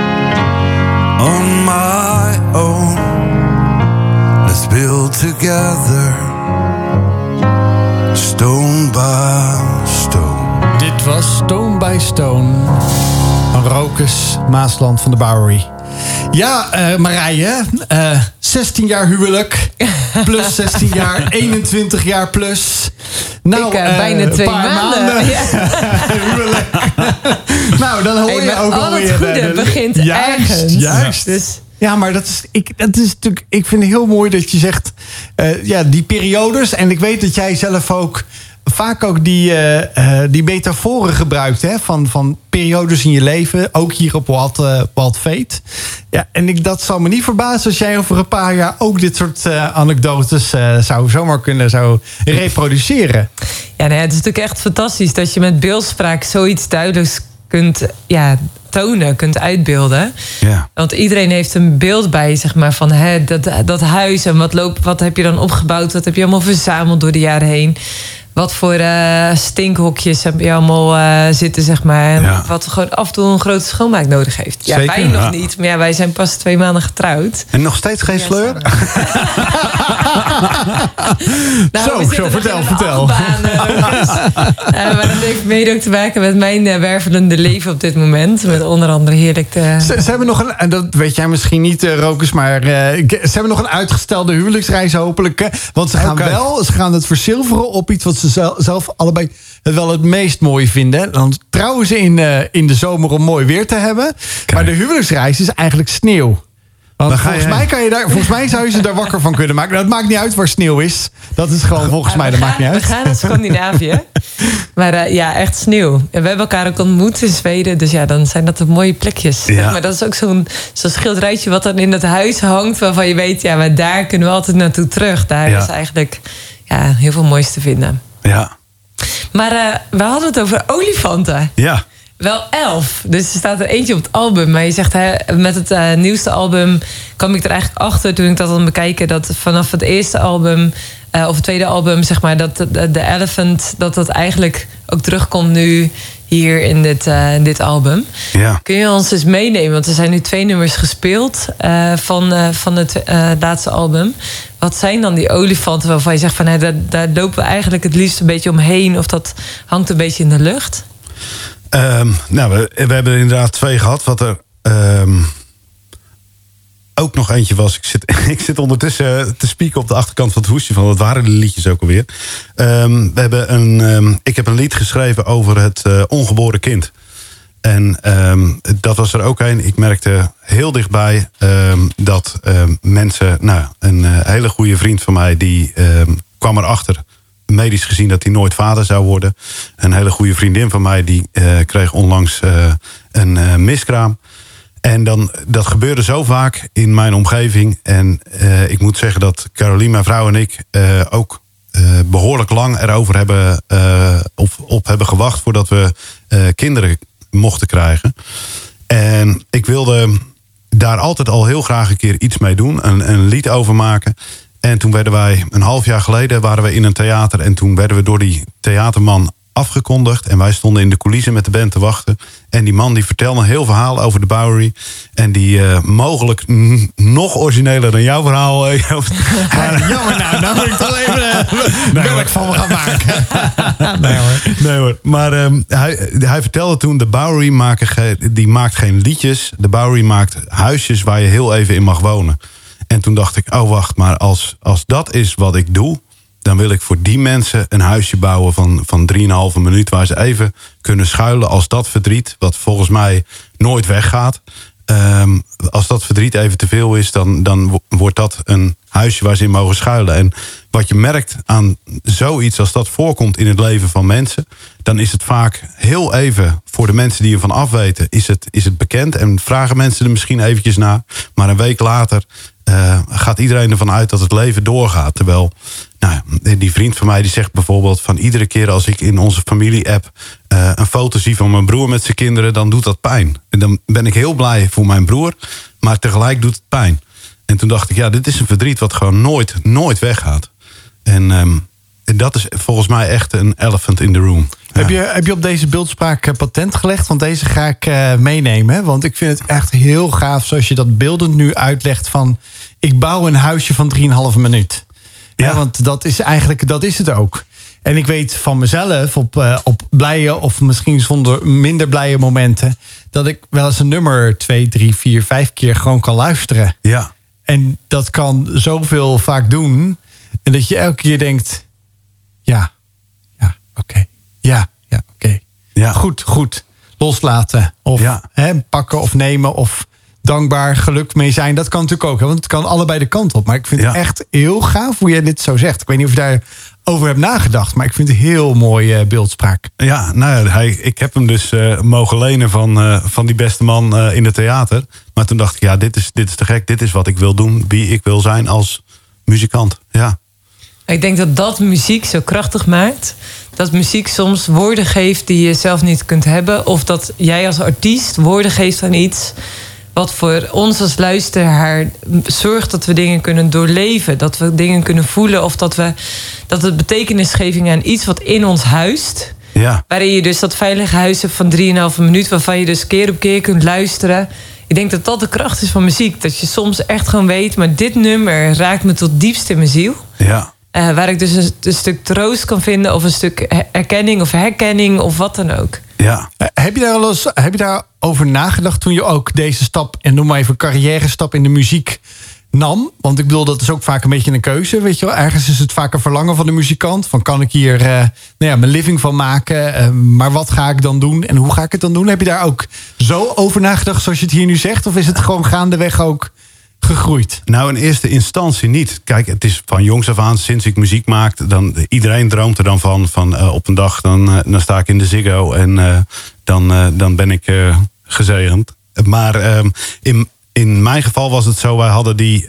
on my own. Let's build together, stone by stone. Dit was Stone by Stone van Rokus Maasland van de Bowery. Ja, uh, Marije, uh, zestien jaar huwelijk, plus zestien jaar, eenentwintig jaar plus. Nou, Ik, uh, bijna uh, twee paar maanden. maanden. Ja. Huwelijk. Nou, dan hoor Hey, je maar ook al alweer... het goede de- de- begint juist, ergens. Juist. Dus Ja, maar dat is, ik, dat is natuurlijk. Ik vind het heel mooi dat je zegt. Uh, ja, die periodes. En ik weet dat jij zelf ook. Vaak ook die, uh, uh, die metaforen gebruikt. Hè, van, van periodes in je leven. Ook hier op Wild, uh, Wild Fate. Ja, en ik, dat zal me niet verbazen als jij over een paar jaar. Ook dit soort uh, anekdotes uh, zou zomaar kunnen zou reproduceren. ja, nee, het is natuurlijk echt fantastisch dat je met beeldspraak zoiets duidelijks kunt ja, tonen, kunt uitbeelden. Ja. Want iedereen heeft een beeld bij, zeg maar, van hè, dat, dat huis en wat, loop, wat heb je dan opgebouwd, wat heb je allemaal verzameld door de jaren heen. wat voor uh, stinkhokjes heb je allemaal uh, zitten, zeg maar. En ja. Wat gewoon af en toe een grote schoonmaak nodig heeft. Ja, Zeker, wij nog ja. niet, maar ja, wij zijn pas twee maanden getrouwd. En nog steeds geen sleur? nou, zo, zo, vertel, vertel. Achtbaan, uh, dus, uh, maar dat heeft mede ook te maken met mijn uh, wervelende leven op dit moment. Met onder andere heerlijk de... Ze, ze hebben nog een, en dat weet jij misschien niet, uh, Rokus, maar uh, ze hebben nog een uitgestelde huwelijksreis hopelijk. Uh, want ze gaan okay. wel, ze gaan het verzilveren op iets wat ze zelf, zelf allebei wel het meest mooi vinden. Dan trouwen ze in, uh, in de zomer om mooi weer te hebben. Kijk. Maar de huwelijksreis is eigenlijk sneeuw. Want volgens mij, kan je daar, volgens mij zou je ze daar wakker van kunnen maken. Nou, het maakt niet uit waar sneeuw is. Dat is gewoon volgens mij, dat gaan, maakt niet uit. We gaan naar Scandinavië. Maar uh, ja, echt sneeuw. En we hebben elkaar ook ontmoet in Zweden. Dus ja, dan zijn dat de mooie plekjes. Ja. Maar dat is ook zo'n, zo'n schilderijtje wat dan in dat huis hangt. Waarvan je weet, ja, maar daar kunnen we altijd naartoe terug. Daar ja. is eigenlijk ja, heel veel moois te vinden. Ja. Maar uh, we hadden het over olifanten. Ja. Wel elf. Dus er staat er eentje op het album. Maar je zegt, hè, met het uh, nieuwste album kwam ik er eigenlijk achter toen ik dat aan het bekijken, dat vanaf het eerste album, uh, of het tweede album, zeg maar, dat de, de Elephant, dat dat eigenlijk ook terugkomt nu hier in dit, uh, in dit album. Ja. Kun je ons eens meenemen? Want er zijn nu twee nummers gespeeld uh, van, uh, van het uh, laatste album. Wat zijn dan die olifanten waarvan je zegt van, hè, daar, daar lopen we eigenlijk het liefst een beetje omheen, of dat hangt een beetje in de lucht? Um, nou, we, we hebben er inderdaad twee gehad. Wat er um, ook nog eentje was. Ik zit, ik zit ondertussen te spieken op de achterkant van het hoesje van wat waren de liedjes ook alweer. Um, we hebben een, um, ik heb een lied geschreven over het uh, ongeboren kind. En um, dat was er ook een. Ik merkte heel dichtbij um, dat um, mensen... Nou, een uh, hele goede vriend van mij die um, kwam erachter, medisch gezien, dat hij nooit vader zou worden. Een hele goede vriendin van mij die uh, kreeg onlangs uh, een uh, miskraam. En dan, dat gebeurde zo vaak in mijn omgeving. En uh, ik moet zeggen dat Caroline, mijn vrouw en ik uh, ook uh, behoorlijk lang erover hebben, uh, op, op hebben gewacht voordat we uh, kinderen mochten krijgen. En ik wilde daar altijd al heel graag een keer iets mee doen. Een, een lied over maken. En toen werden wij, een half jaar geleden, waren we in een theater. En toen werden we door die theaterman afgekondigd. En wij stonden in de coulissen met de band te wachten. En die man die vertelde een heel verhaal over de Bowery. En die uh, mogelijk n- nog origineler dan jouw verhaal. Uh, maar, jammer nou, nou moet ik toch even uh, nee, werk van me gaan maken. nee hoor. Nee hoor. Maar um, hij, hij vertelde toen, de Bowery maken ge- die maakt geen liedjes. De Bowery maakt huisjes waar je heel even in mag wonen. En toen dacht ik, oh wacht, maar als, als dat is wat ik doe, dan wil ik voor die mensen een huisje bouwen van, van drieënhalve minuut, waar ze even kunnen schuilen als dat verdriet, wat volgens mij nooit weggaat. Um, als dat verdriet even te veel is, dan, dan wordt dat een huisje waar ze in mogen schuilen. En wat je merkt aan zoiets als dat voorkomt in het leven van mensen, dan is het vaak heel even, voor de mensen die ervan afweten, is het, is het bekend. En vragen mensen er misschien eventjes naar. Maar een week later uh, gaat iedereen ervan uit dat het leven doorgaat. Terwijl, nou, die vriend van mij die zegt bijvoorbeeld van, iedere keer als ik in onze familie-app uh, een foto zie van mijn broer met zijn kinderen, dan doet dat pijn. En dan ben ik heel blij voor mijn broer, maar tegelijk doet het pijn. En toen dacht ik, ja, dit is een verdriet wat gewoon nooit, nooit weggaat. En, um, en dat is volgens mij echt een elephant in the room. Ja. Heb je, heb je op deze beeldspraak patent gelegd? Want deze ga ik uh, meenemen. Want ik vind het echt heel gaaf zoals je dat beeldend nu uitlegt van, ik bouw een huisje van drieënhalve minuut. Ja. Ja, want dat is eigenlijk, dat is het ook. En ik weet van mezelf, op, uh, op blije of misschien zonder minder blije momenten, dat ik wel eens een nummer twee, drie, vier, vijf keer gewoon kan luisteren. Ja. En dat kan zoveel vaak doen. En dat je elke keer denkt, ja, ja, oké. Okay. Ja, ja, oké. Okay. Ja. Goed, goed. Loslaten. Of ja. hè, pakken of nemen. Of dankbaar, geluk mee zijn. Dat kan natuurlijk ook. Hè, want het kan allebei de kant op. Maar ik vind ja. het echt heel gaaf hoe jij dit zo zegt. Ik weet niet of je daarover hebt nagedacht. Maar ik vind het een heel mooie uh, beeldspraak. Ja, nou ja, hij, ik heb hem dus uh, mogen lenen van, uh, van die beste man uh, in het theater. Maar toen dacht ik, ja, dit is, dit is te gek. Dit is wat ik wil doen. Wie ik wil zijn als muzikant. Ja. Ik denk dat dat muziek zo krachtig maakt. Dat muziek soms woorden geeft die je zelf niet kunt hebben. Of dat jij als artiest woorden geeft aan iets wat voor ons als luisteraar zorgt dat we dingen kunnen doorleven. Dat we dingen kunnen voelen. Of dat we dat het betekenis geven aan iets wat in ons huist. Ja. Waarin je dus dat veilige huis hebt van drieënhalve minuut. Waarvan je dus keer op keer kunt luisteren. Ik denk dat dat de kracht is van muziek. Dat je soms echt gewoon weet, maar dit nummer raakt me tot diepst in mijn ziel. Ja. Uh, waar ik dus een, een stuk troost kan vinden. Of een stuk erkenning of herkenning of wat dan ook. Ja. Uh, heb je daar al eens, heb je daar over nagedacht toen je ook deze stap, en noem maar even carrière stap in de muziek nam? Want ik bedoel, dat is ook vaak een beetje een keuze, weet je wel. Ergens is het vaak een verlangen van de muzikant. Van, kan ik hier uh, nou ja, mijn living van maken? Uh, maar wat ga ik dan doen? En hoe ga ik het dan doen? Heb je daar ook zo over nagedacht zoals je het hier nu zegt? Of is het gewoon gaandeweg ook gegroeid? Nou, in eerste instantie niet. Kijk, het is van jongs af aan, sinds ik muziek maakte, dan iedereen droomt er dan van, van uh, op een dag dan, uh, dan sta ik in de Ziggo en uh, dan, uh, dan ben ik uh, gezegend. Maar uh, in, in mijn geval was het zo, wij hadden die, uh,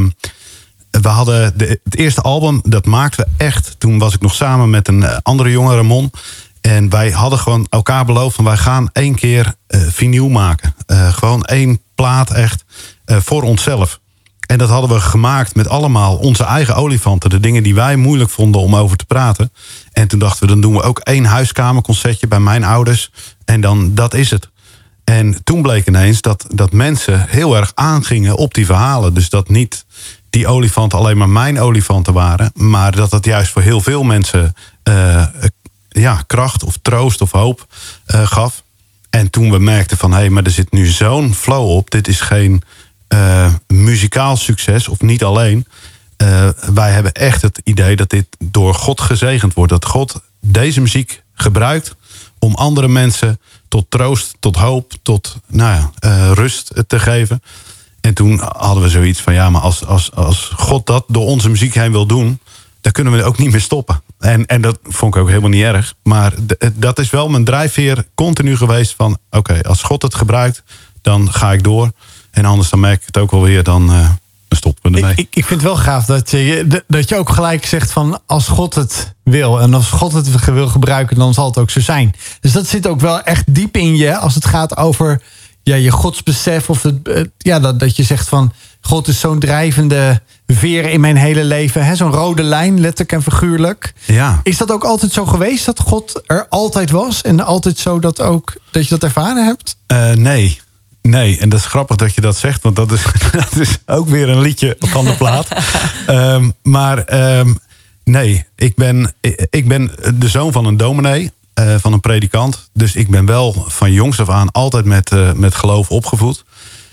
we hadden de, het eerste album, dat maakten we echt. Toen was ik nog samen met een andere jongen, Ramon. En wij hadden gewoon elkaar beloofd van, wij gaan één keer uh, vinyl maken. Uh, gewoon één plaat echt uh, voor onszelf. En dat hadden we gemaakt met allemaal onze eigen olifanten. De dingen die wij moeilijk vonden om over te praten. En toen dachten we, dan doen we ook één huiskamerconcertje bij mijn ouders. En dan, dat is het. En toen bleek ineens dat, dat mensen heel erg aangingen op die verhalen. Dus dat niet die olifanten alleen maar mijn olifanten waren. Maar dat dat juist voor heel veel mensen uh, ja, kracht of troost of hoop uh, gaf. En toen we merkten van, hé, hey, maar er zit nu zo'n flow op. Dit is geen uh, muzikaal succes, of niet alleen. Uh, wij hebben echt het idee dat dit door God gezegend wordt. Dat God deze muziek gebruikt om andere mensen tot troost, tot hoop, tot nou ja, uh, rust te geven. En toen hadden we zoiets van, ja, maar als, als, als God dat door onze muziek heen wil doen, dan kunnen we ook niet meer stoppen. En, en dat vond ik ook helemaal niet erg. Maar d- dat is wel mijn drijfveer continu geweest van, oké, okay, als God het gebruikt, dan ga ik door. En anders dan merk ik het ook wel weer, dan, uh, dan stoppen we ermee. Ik, ik, ik vind het wel gaaf dat je, dat je ook gelijk zegt van, als God het wil en als God het wil gebruiken, dan zal het ook zo zijn. Dus dat zit ook wel echt diep in je als het gaat over ja, je godsbesef. Of het, ja, dat, dat je zegt van, God is zo'n drijvende veer in mijn hele leven. Hè? Zo'n rode lijn, letterlijk en figuurlijk. Ja. Is dat ook altijd zo geweest, dat God er altijd was? En altijd zo dat, ook, dat je dat ervaren hebt? Uh, nee. Nee, en dat is grappig dat je dat zegt, want dat is, dat is ook weer een liedje van de plaat. um, maar um, nee, ik ben, ik ben de zoon van een dominee, uh, van een predikant. Dus ik ben wel van jongs af aan altijd met, uh, met geloof opgevoed.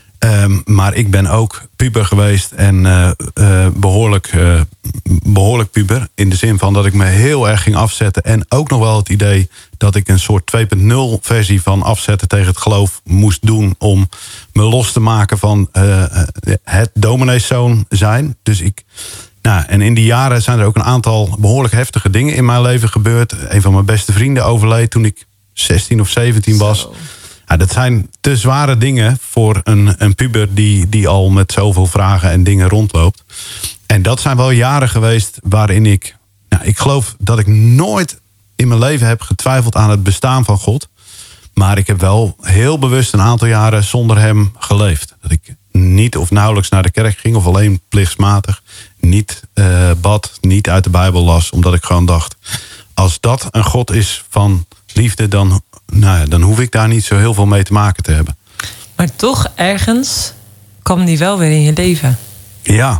Um, maar ik ben ook puber geweest en uh, uh, behoorlijk, uh, behoorlijk puber. In de zin van dat ik me heel erg ging afzetten. En ook nog wel het idee dat ik een soort twee punt nul versie van afzetten tegen het geloof moest doen. Om me los te maken van uh, het domineeszoon zijn. Dus ik, nou, en in die jaren zijn er ook een aantal behoorlijk heftige dingen in mijn leven gebeurd. Een van mijn beste vrienden overleed toen ik zestien of zeventien was. Zo. Ja, dat zijn te zware dingen voor een, een puber die, die al met zoveel vragen en dingen rondloopt. En dat zijn wel jaren geweest waarin ik... Nou, ik geloof dat ik nooit in mijn leven heb getwijfeld aan het bestaan van God. Maar ik heb wel heel bewust een aantal jaren zonder hem geleefd. Dat ik niet of nauwelijks naar de kerk ging of alleen plichtsmatig. Niet uh, bad, niet uit de Bijbel las. Omdat ik gewoon dacht, als dat een God is van liefde, dan... Nou ja, dan hoef ik daar niet zo heel veel mee te maken te hebben. Maar toch ergens kwam die wel weer in je leven. Ja.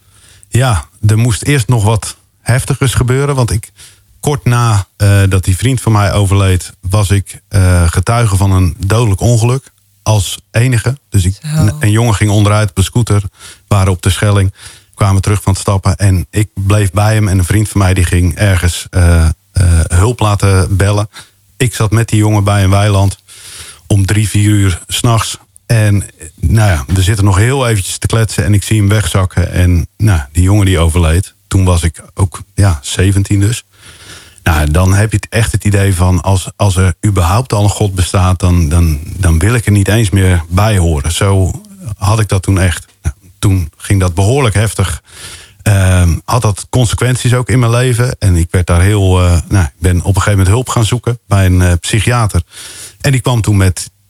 Ja, er moest eerst nog wat heftigers gebeuren. Want ik, kort na uh, dat die vriend van mij overleed, was ik uh, getuige van een dodelijk ongeluk. Als enige. Dus ik, een, een jongen ging onderuit op een scooter. Waren op de Schelling. Kwamen terug van het stappen. En ik bleef bij hem. En een vriend van mij die ging ergens uh, uh, hulp laten bellen. Ik zat met die jongen bij een weiland om drie, vier uur 's nachts. En nou ja, we zitten nog heel eventjes te kletsen en ik zie hem wegzakken. En nou, die jongen die overleed. Toen was ik ook ja, zeventien dus. Nou, dan heb je echt het idee van, als, als er überhaupt al een God bestaat, dan, dan, dan wil ik er niet eens meer bij horen. Zo had ik dat toen echt. Nou, toen ging dat behoorlijk heftig. Uh, had dat consequenties ook in mijn leven. En ik werd daar heel. Uh, nou, ik ben op een gegeven moment hulp gaan zoeken bij een uh, psychiater. En die kwam toen met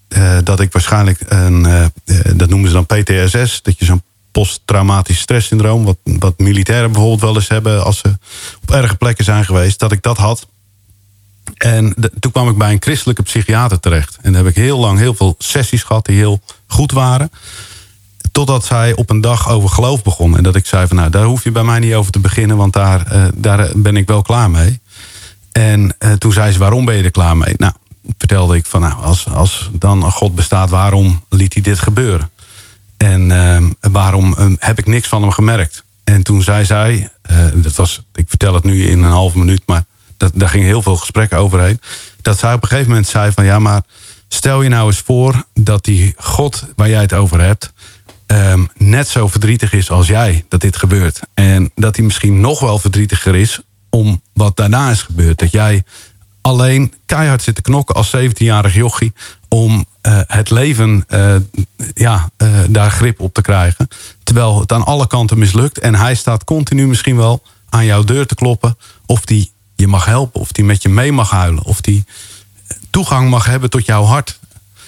uh, dat ik waarschijnlijk een, uh, uh, dat noemen ze dan P T S S, dat je zo'n posttraumatisch stresssyndroom, wat, wat militairen bijvoorbeeld wel eens hebben als ze op erge plekken zijn geweest, dat ik dat had. En de, toen kwam ik bij een christelijke psychiater terecht. En daar heb ik heel lang heel veel sessies gehad die heel goed waren. Totdat zij op een dag over geloof begon. En dat ik zei van nou, daar hoef je bij mij niet over te beginnen, want daar, uh, daar ben ik wel klaar mee. En uh, toen zei ze, waarom ben je er klaar mee? Nou, vertelde ik van nou, als, als dan een God bestaat, waarom liet hij dit gebeuren? En uh, waarom uh, heb ik niks van hem gemerkt? En toen zei zij, uh, dat was, ik vertel het nu in een halve minuut, maar dat, daar ging heel veel gesprekken overheen. Dat zij op een gegeven moment zei van ja, maar stel je nou eens voor dat die God waar jij het over hebt, um, net zo verdrietig is als jij dat dit gebeurt. En dat hij misschien nog wel verdrietiger is om wat daarna is gebeurd. Dat jij alleen keihard zit te knokken als zeventienjarig jochie om uh, het leven uh, ja, uh, daar grip op te krijgen. Terwijl het aan alle kanten mislukt. En hij staat continu misschien wel aan jouw deur te kloppen. Of die je mag helpen. Of die met je mee mag huilen. Of die toegang mag hebben tot jouw hart.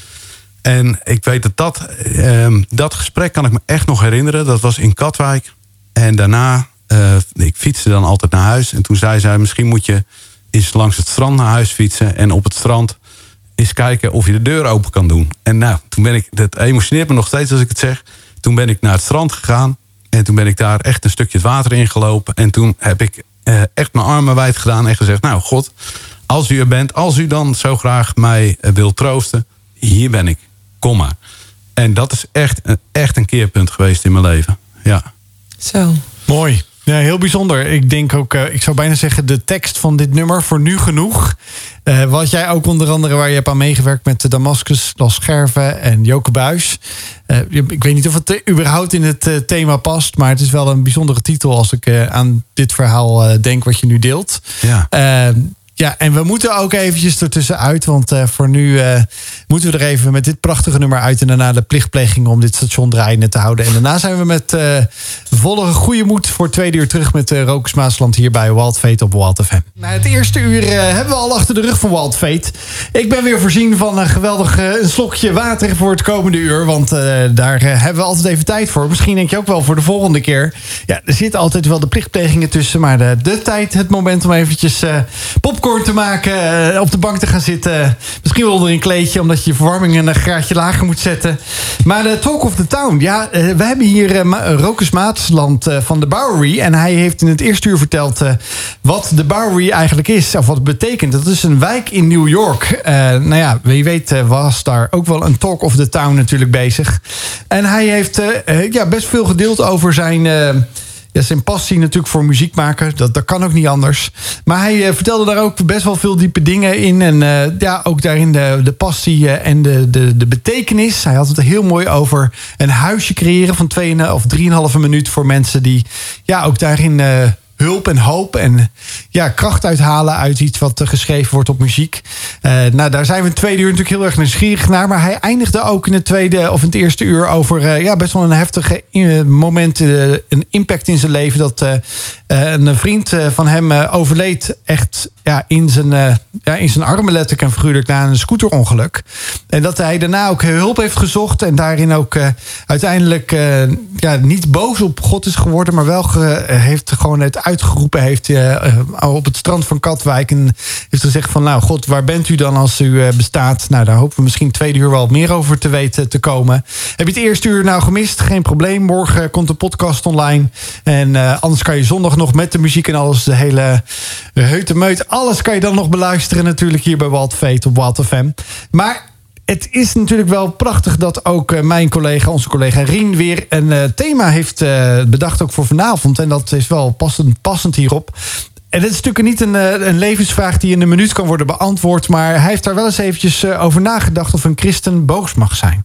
En ik weet dat dat, uh, dat gesprek kan ik me echt nog herinneren. Dat was in Katwijk. En daarna, uh, ik fietste dan altijd naar huis. En toen zei zij, misschien moet je eens langs het strand naar huis fietsen. En op het strand eens kijken of je de deur open kan doen. En nou, toen ben ik, dat emotioneert me nog steeds als ik het zeg. Toen ben ik naar het strand gegaan. En toen ben ik daar echt een stukje het water in gelopen. En toen heb ik uh, echt mijn armen wijd gedaan en gezegd, nou God, als u er bent, als u dan zo graag mij uh, wilt troosten, hier ben ik. Kom maar. En dat is echt, echt een keerpunt geweest in mijn leven. Ja. Zo. Mooi. Ja, heel bijzonder. Ik denk ook, uh, ik zou bijna zeggen, de tekst van dit nummer, Voor Nu Genoeg. Uh, wat jij ook onder andere, waar je hebt aan meegewerkt met de Damascus, Las Scherven en Joke Buijs. Uh, ik weet niet of het uh, überhaupt in het uh, thema past, maar het is wel een bijzondere titel als ik uh, aan dit verhaal uh, denk wat je nu deelt. Ja. Uh, Ja, en we moeten ook eventjes ertussenuit, want uh, voor nu uh, moeten we er even met dit prachtige nummer uit en daarna de plichtpleging om dit station draaiende te houden. En daarna zijn we met uh, volle goede moed voor tweede uur terug met uh, Rokers Maasland hier bij Wild Fate op Wild F M. Nou, het eerste uur uh, hebben we al achter de rug van Wild Fate. Ik ben weer voorzien van een geweldig uh, een slokje water voor het komende uur, want uh, daar uh, hebben we altijd even tijd voor. Misschien denk je ook wel voor de volgende keer. Ja, er zitten altijd wel de plichtplegingen tussen, maar de, de tijd, het moment om eventjes uh, popcorn te maken, uh, op de bank te gaan zitten. Misschien wel onder een kleedje, omdat je je verwarming een graadje lager moet zetten. Maar de Talk of the Town. Ja, uh, we hebben hier uh, Ma- Rokers Maasland uh, van de Bowery. En hij heeft in het eerste uur verteld uh, wat de Bowery eigenlijk is. Of wat het betekent. Dat is een wijk in New York. Uh, nou ja, wie weet uh, was daar ook wel een Talk of the Town natuurlijk bezig. En hij heeft uh, uh, ja, best veel gedeeld over zijn Uh, Ja, zijn passie natuurlijk voor muziek maken. Dat, dat kan ook niet anders. Maar hij uh, vertelde daar ook best wel veel diepe dingen in. En uh, ja, ook daarin de, de passie uh, en de, de, de betekenis. Hij had het heel mooi over een huisje creëren van twee of drieënhalve minuut voor mensen die ja, ook daarin Uh, hulp en hoop en ja, kracht uithalen uit iets wat geschreven wordt op muziek. Uh, nou, daar zijn we in het tweede uur natuurlijk heel erg nieuwsgierig naar. Maar hij eindigde ook in het tweede of in het eerste uur over uh, ja, best wel een heftige uh, moment, uh, een impact in zijn leven. Dat uh, uh, een vriend uh, van hem uh, overleed echt ja, in, zijn, uh, ja, in zijn armen letterlijk en figuurlijk na een scooterongeluk. En dat hij daarna ook hulp heeft gezocht en daarin ook uh, uiteindelijk uh, ja, niet boos op God is geworden, maar wel ge, heeft gewoon het uitgeroepen heeft uh, op het strand van Katwijk en heeft gezegd van nou God, waar bent u dan als u uh, bestaat? Nou, daar hopen we misschien tweede uur wel meer over te weten te komen. Heb je het eerste uur nou gemist? Geen probleem. Morgen komt de podcast online. En uh, anders kan je zondag nog met de muziek en alles, de hele heutemeut, alles kan je dan nog beluisteren natuurlijk hier bij Wild Fate op Wild F M. Maar het is natuurlijk wel prachtig dat ook mijn collega, onze collega Rien, weer een uh, thema heeft uh, bedacht ook voor vanavond. En dat is wel passend, passend hierop. En dit is natuurlijk niet een, een levensvraag die in een minuut kan worden beantwoord, maar hij heeft daar wel eens eventjes uh, over nagedacht of een christen boos mag zijn.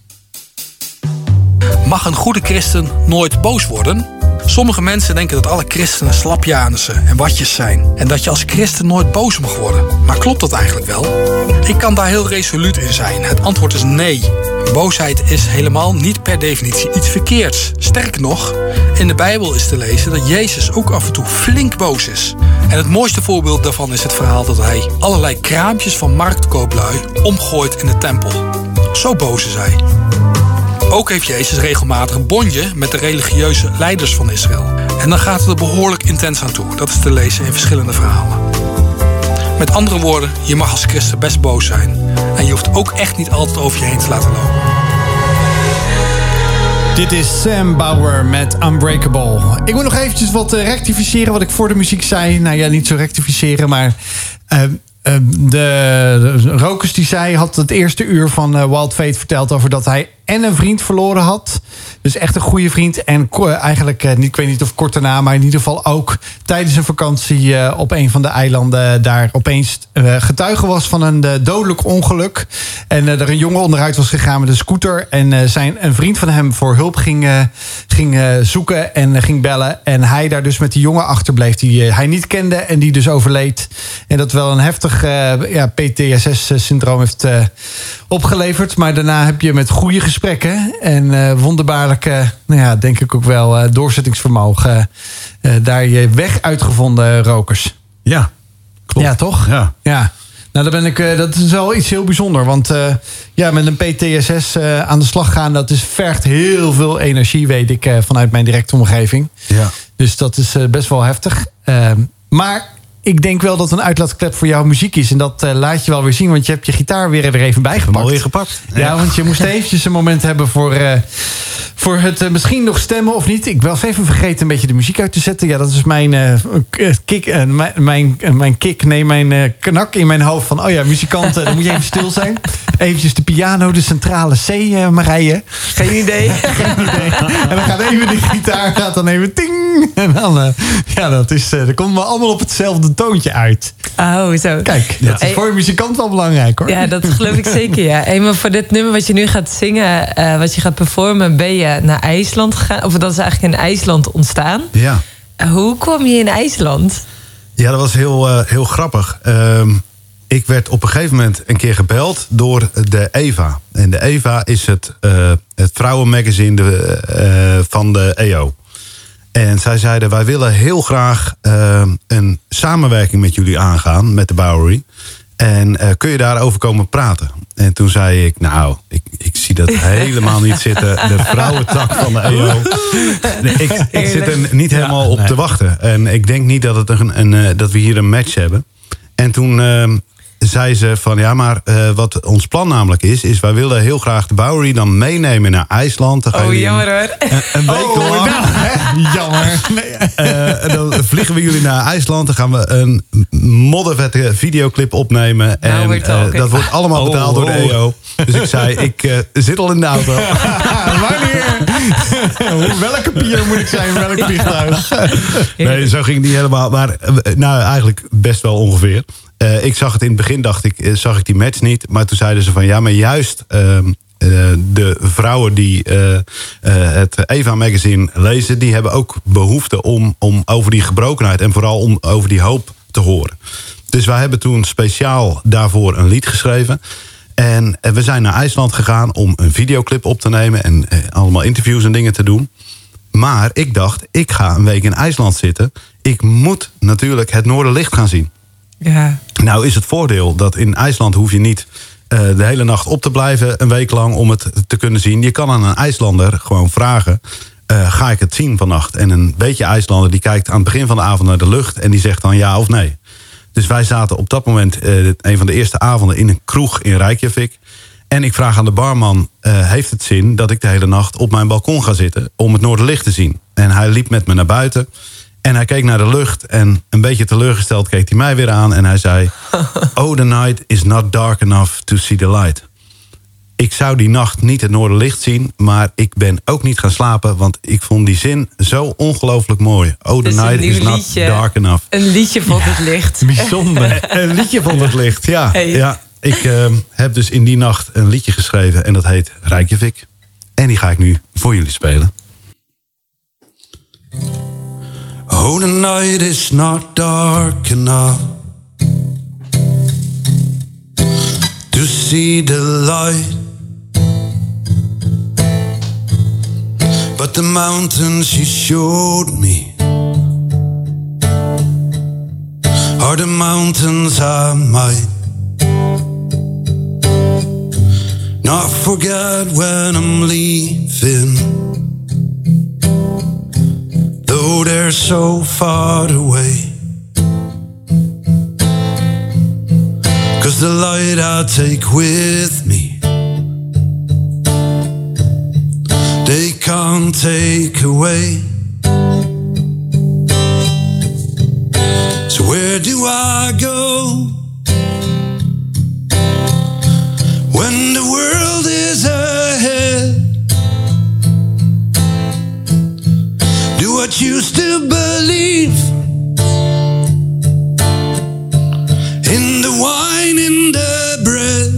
Mag een goede christen nooit boos worden? Sommige mensen denken dat alle christenen slapjanissen en watjes zijn. En dat je als christen nooit boos mag worden. Maar klopt dat eigenlijk wel? Ik kan daar heel resoluut in zijn. Het antwoord is nee. Boosheid is helemaal niet per definitie iets verkeerds. Sterker nog, in de Bijbel is te lezen dat Jezus ook af en toe flink boos is. En het mooiste voorbeeld daarvan is het verhaal dat hij allerlei kraampjes van marktkooplui omgooit in de tempel. Zo bozen zij. Ook heeft Jezus regelmatig een bonje met de religieuze leiders van Israël. En dan gaat het er behoorlijk intens aan toe. Dat is te lezen in verschillende verhalen. Met andere woorden, je mag als christen best boos zijn. En je hoeft ook echt niet altijd over je heen te laten lopen. Dit is Sam Bauer met Unbreakable. Ik moet nog eventjes wat rectificeren wat ik voor de muziek zei. Nou ja, niet zo rectificeren, maar... Uh, uh, de, de Rokers die zei, had het eerste uur van uh, Wild Fate verteld over dat hij en een vriend verloren had. Dus echt een goede vriend. En eigenlijk, niet, ik weet niet of kort daarna, maar in ieder geval ook tijdens een vakantie uh, op een van de eilanden daar opeens uh, getuige was van een uh, dodelijk ongeluk. En uh, er een jongen onderuit was gegaan met een scooter. En uh, zijn, een vriend van hem voor hulp ging, uh, ging uh, zoeken en uh, ging bellen. En hij daar dus met die jongen achterbleef die uh, hij niet kende en die dus overleed. En dat wel een heftig uh, ja, P T S S-syndroom heeft uh, opgeleverd. Maar daarna heb je met goede gesprekken en uh, wonderbaarlijk, uh, nou ja, denk ik ook wel uh, doorzettingsvermogen, uh, daar je weg uitgevonden, Rokers. Ja, klopt. Ja, toch? Ja. Ja. Nou, dan ben ik, uh, dat is wel iets heel bijzonders. Want uh, ja, met een P T S S uh, aan de slag gaan, dat is, vergt heel veel energie, weet ik, uh, vanuit mijn directe omgeving. Ja. Dus dat is uh, best wel heftig. Uh, maar ik denk wel dat een uitlaatklep voor jouw muziek is. En dat uh, laat je wel weer zien, want je hebt je gitaar weer er even bij gepakt. Alweer gepakt. Ja, ja, want je moest eventjes een moment hebben voor, uh, voor het uh, misschien nog stemmen of niet. Ik was even vergeten een beetje de muziek uit te zetten. Ja, dat is mijn uh, kick, uh, mijn, mijn, uh, mijn kick, nee, mijn uh, knak in mijn hoofd van, oh ja, muzikanten, dan moet je even stil zijn. Eventjes de piano, de centrale C, uh, Marije. Geen idee. Geen idee. En dan gaat even de gitaar, gaat dan even ting. En dan, uh, ja, dat is, uh, dan komen we allemaal op hetzelfde toontje uit. Oh, zo. Kijk, dat is Hey. voor een muzikant wel belangrijk, hoor. Ja, dat geloof ik zeker, ja. Hey, maar voor dit nummer wat je nu gaat zingen, uh, wat je gaat performen, ben je naar IJsland gegaan? Of dat is eigenlijk in IJsland ontstaan. Ja. Uh, hoe kwam je in IJsland? Ja, dat was heel, uh, heel grappig. Um, ik werd op een gegeven moment een keer gebeld door de Eva. En de Eva is het, uh, het vrouwenmagazine de, uh, van de E O. En zij zeiden, wij willen heel graag uh, een samenwerking met jullie aangaan, met de Bowery. En uh, kun je daarover komen praten? En toen zei ik, nou, ik, ik zie dat helemaal niet zitten. De vrouwentak van de E O. Nee, ik, ik zit er niet helemaal op te wachten. En ik denk niet dat, het een, een, uh, dat we hier een match hebben. En toen uh, zei ze van, ja, maar uh, wat ons plan namelijk is, is wij willen heel graag de Bowery dan meenemen naar IJsland. Dan gaan Oh, jullie jammer hoor. Een, een week Oh, lang. nou, hè? Jammer. Nee. Uh, dan vliegen we jullie naar IJsland. Dan gaan we een moddervette videoclip opnemen. Nou, En wordt uh, het ook. dat wordt allemaal Oh, betaald door de E O. Dus ik zei, ik uh, zit al in de auto. Wanneer? Hoe- Welke pier moet ik zijn? Welk vliegtuig? Nee, zo ging het niet helemaal. Maar uh, nou, eigenlijk best wel ongeveer. Uh, ik zag het in het begin, dacht ik, uh, zag ik die match niet. Maar toen zeiden ze van, ja, maar juist uh, uh, de vrouwen die uh, uh, het Eva magazine lezen, die hebben ook behoefte om, om over die gebrokenheid en vooral om over die hoop te horen. Dus wij hebben toen speciaal daarvoor een lied geschreven. En uh, we zijn naar IJsland gegaan om een videoclip op te nemen en uh, allemaal interviews en dingen te doen. Maar ik dacht, ik ga een week in IJsland zitten. Ik moet natuurlijk het Noorderlicht gaan zien. Ja. Nou is het voordeel dat in IJsland hoef je niet uh, de hele nacht op te blijven, een week lang, om het te kunnen zien. Je kan aan een IJslander gewoon vragen, uh, ga ik het zien vannacht? En een beetje IJslander die kijkt aan het begin van de avond naar de lucht en die zegt dan ja of nee. Dus wij zaten op dat moment uh, een van de eerste avonden in een kroeg in Reykjavik. En ik vraag aan de barman, uh, heeft het zin dat ik de hele nacht op mijn balkon ga zitten om het Noorderlicht te zien? En hij liep met me naar buiten. En hij keek naar de lucht en een beetje teleurgesteld keek hij mij weer aan. En hij zei, oh, the night is not dark enough to see the light. Ik zou die nacht niet het Noorderlicht zien, maar ik ben ook niet gaan slapen, want ik vond die zin zo ongelooflijk mooi. Oh, the Dus een night is nieuw not liedje. dark enough. Een liedje van het licht. Bijzonder. Een liedje van het licht, ja. Hey. ja. Ik uh, heb dus in die nacht een liedje geschreven en dat heet Reykjavik. En die ga ik nu voor jullie spelen. Oh, the night is not dark enough to see the light, but the mountains you showed me are the mountains I might not forget when I'm leaving, though they're so far away. 'Cause the light I take with me, they can't take away. So where do I go when the world is ahead? Do I choose to believe in the wine, in the bread?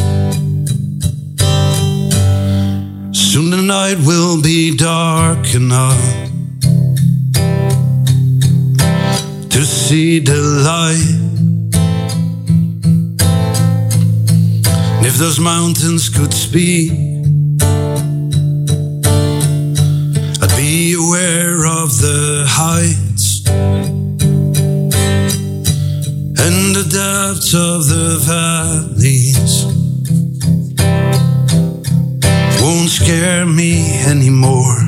Soon the night will be dark enough to see the light. And if those mountains could speak, I'd be aware of the heights and the depths of the valleys. Won't scare me anymore,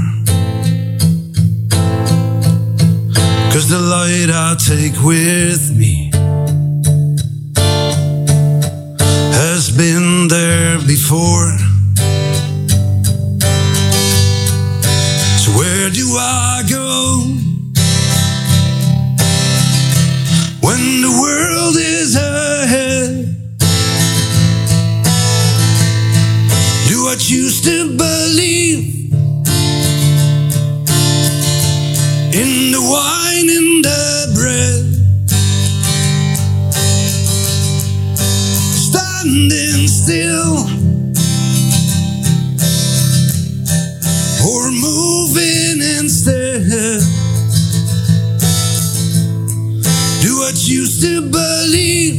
'cause the light I take with me has been there before. So where do I go when the world is ahead? Do I choose to believe in the wine, in the bread? Standing still or moving instead? Do I choose to believe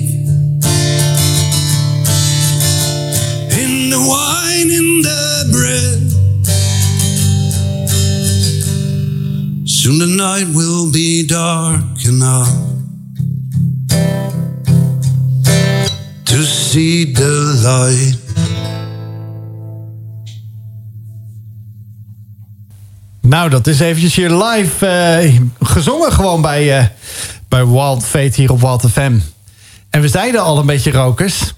in the wine, in the bread? Soon the night will be dark enough to see the light. Nou, dat is eventjes hier live uh, gezongen gewoon bij, uh, bij Wild Fate hier op Wild F M. En we zeiden al een beetje rokers.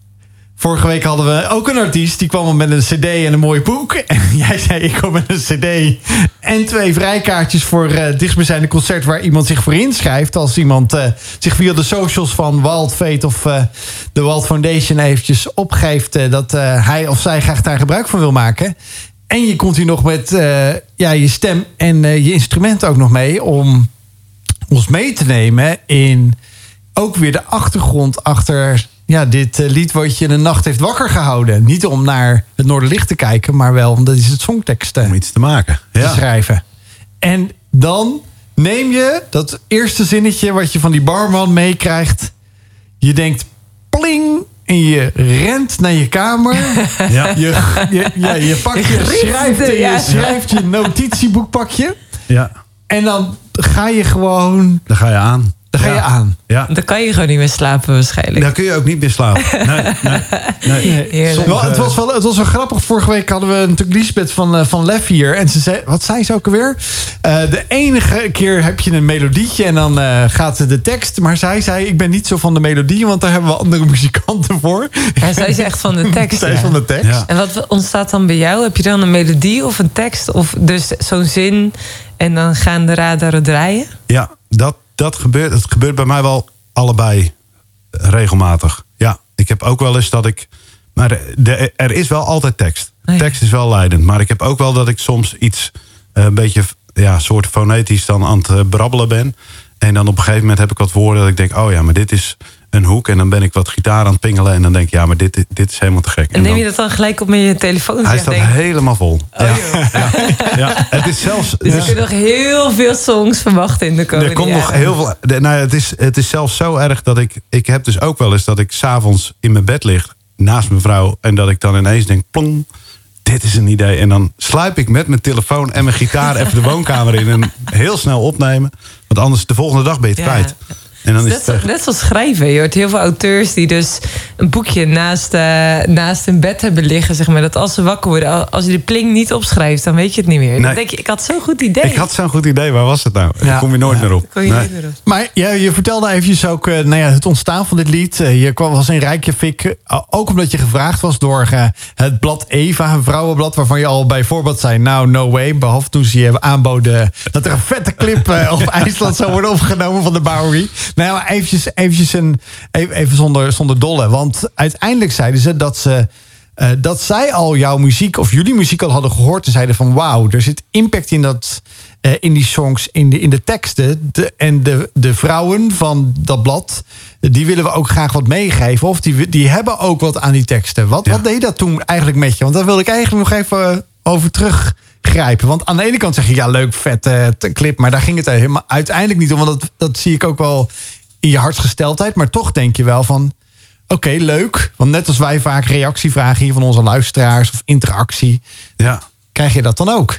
Vorige week hadden we ook een artiest. Die kwam met een cd en een mooi boek. En jij zei, ik kom met een cd en twee vrijkaartjes voor uh, het dichtstbijzijnde concert waar iemand zich voor inschrijft. Als iemand uh, zich via de socials van Wild Fate of uh, de Wild Foundation eventjes opgeeft uh, dat uh, hij of zij graag daar gebruik van wil maken. En je komt hier nog met uh, ja, je stem en uh, je instrument ook nog mee om ons mee te nemen in ook weer de achtergrond achter ja, dit uh, lied wat je in de nacht heeft wakker gehouden. Niet om naar het Noorderlicht te kijken, maar wel omdat is het songtekst uh, Om iets te maken. te Ja. schrijven. En dan neem je dat eerste zinnetje wat je van die barman meekrijgt. Je denkt pling en je rent naar je kamer. Ja. Je, je, ja, je, pakt, je, Je schrijft, rieft, je ja. schrijft je notitieboekpakje. Ja. En dan ga je gewoon Daar ga je aan. dan ga Ja. je aan. Ja. Dan kan je gewoon niet meer slapen waarschijnlijk. Daar kun je ook niet meer slapen. Nee, nee, nee. Heerlijk. Wel, het, was wel, het was wel grappig. Vorige week hadden we natuurlijk Lisbeth van, uh, van Lef hier. En ze zei, wat zei ze ook alweer? Uh, de enige keer heb je een melodietje en dan uh, gaat de tekst. Maar zij zei, ik ben niet zo van de melodie, want daar hebben we andere muzikanten voor. Ja, zij is echt van de tekst. Zij is ja. van de tekst. Ja. En wat ontstaat dan bij jou? Heb je dan een melodie of een tekst? Of dus zo'n zin en dan gaan de radaren draaien? Ja, dat, dat gebeurt. Het gebeurt bij mij wel allebei regelmatig. Ja, ik heb ook wel eens dat ik... Maar de, er is wel altijd tekst. Oh ja. Tekst is wel leidend. Maar ik heb ook wel dat ik soms iets uh, een beetje ja, soort fonetisch dan aan het uh, brabbelen ben. En dan op een gegeven moment heb ik wat woorden dat ik denk... oh ja, maar dit is een hoek. En dan ben ik wat gitaar aan het pingelen. En dan denk ik, ja, maar dit, dit is helemaal te gek. En neem dan, je dat dan gelijk op met je telefoon? hij Zeg, staat denk, helemaal vol. oh, ja, joh. ja, ja, het is zelfs... Dus je kunt nog heel veel songs verwachten in de komende Er komt nog jaren. heel veel. de- Nou, ja, het, is, het is zelfs zo erg dat ik. Ik heb dus ook wel eens dat ik 's avonds in mijn bed lig naast mijn vrouw. En dat ik dan ineens denk: plong, dit is een idee. En dan sluip ik met mijn telefoon en mijn gitaar even de woonkamer in. En heel snel opnemen. Want anders de volgende dag ben je het Ja. kwijt. En dan is net, het echt... net zoals schrijven. Je hoort heel veel auteurs die dus een boekje naast, uh, naast hun bed hebben liggen. Zeg maar, dat als ze wakker worden, als je de pling niet opschrijft, dan weet je het niet meer. Nee. Dan denk je, ik had zo'n goed idee. Ik had zo'n goed idee, waar was het nou? Ja. Daar kom je nooit ja. meer op. Kom je Nee. niet meer op. Maar ja, je vertelde eventjes ook uh, nou ja, het ontstaan van dit lied. Uh, je kwam was in Reykjavik, uh, ook omdat je gevraagd was door uh, het blad Eva, een vrouwenblad waarvan je al bij voorbaat zei, nou, no way. Behalve toen ze je aanboden dat er een vette clip uh, op IJsland zou worden opgenomen van de Bowery. Nou ja, maar eventjes, eventjes een, even, even zonder, zonder dolle. Want uiteindelijk zeiden ze dat ze uh, dat zij al jouw muziek of jullie muziek al hadden gehoord en zeiden van wauw, er zit impact in dat. Uh, in die songs, in de, in de teksten. De, en de, de vrouwen van dat blad, die willen we ook graag wat meegeven. Of die, die hebben ook wat aan die teksten. Wat, Ja. wat deed dat toen eigenlijk met je? Want daar wilde ik eigenlijk nog even over teruggrijpen. Want aan de ene kant zeg je, ja, leuk, vet uh, clip. Maar daar ging het helemaal uiteindelijk niet om. Want dat, dat zie ik ook wel in je hartsgesteldheid. Maar toch denk je wel van, oké, okay, leuk. Want net als wij vaak reactie vragen hier van onze luisteraars of interactie. Ja. Krijg je dat dan ook?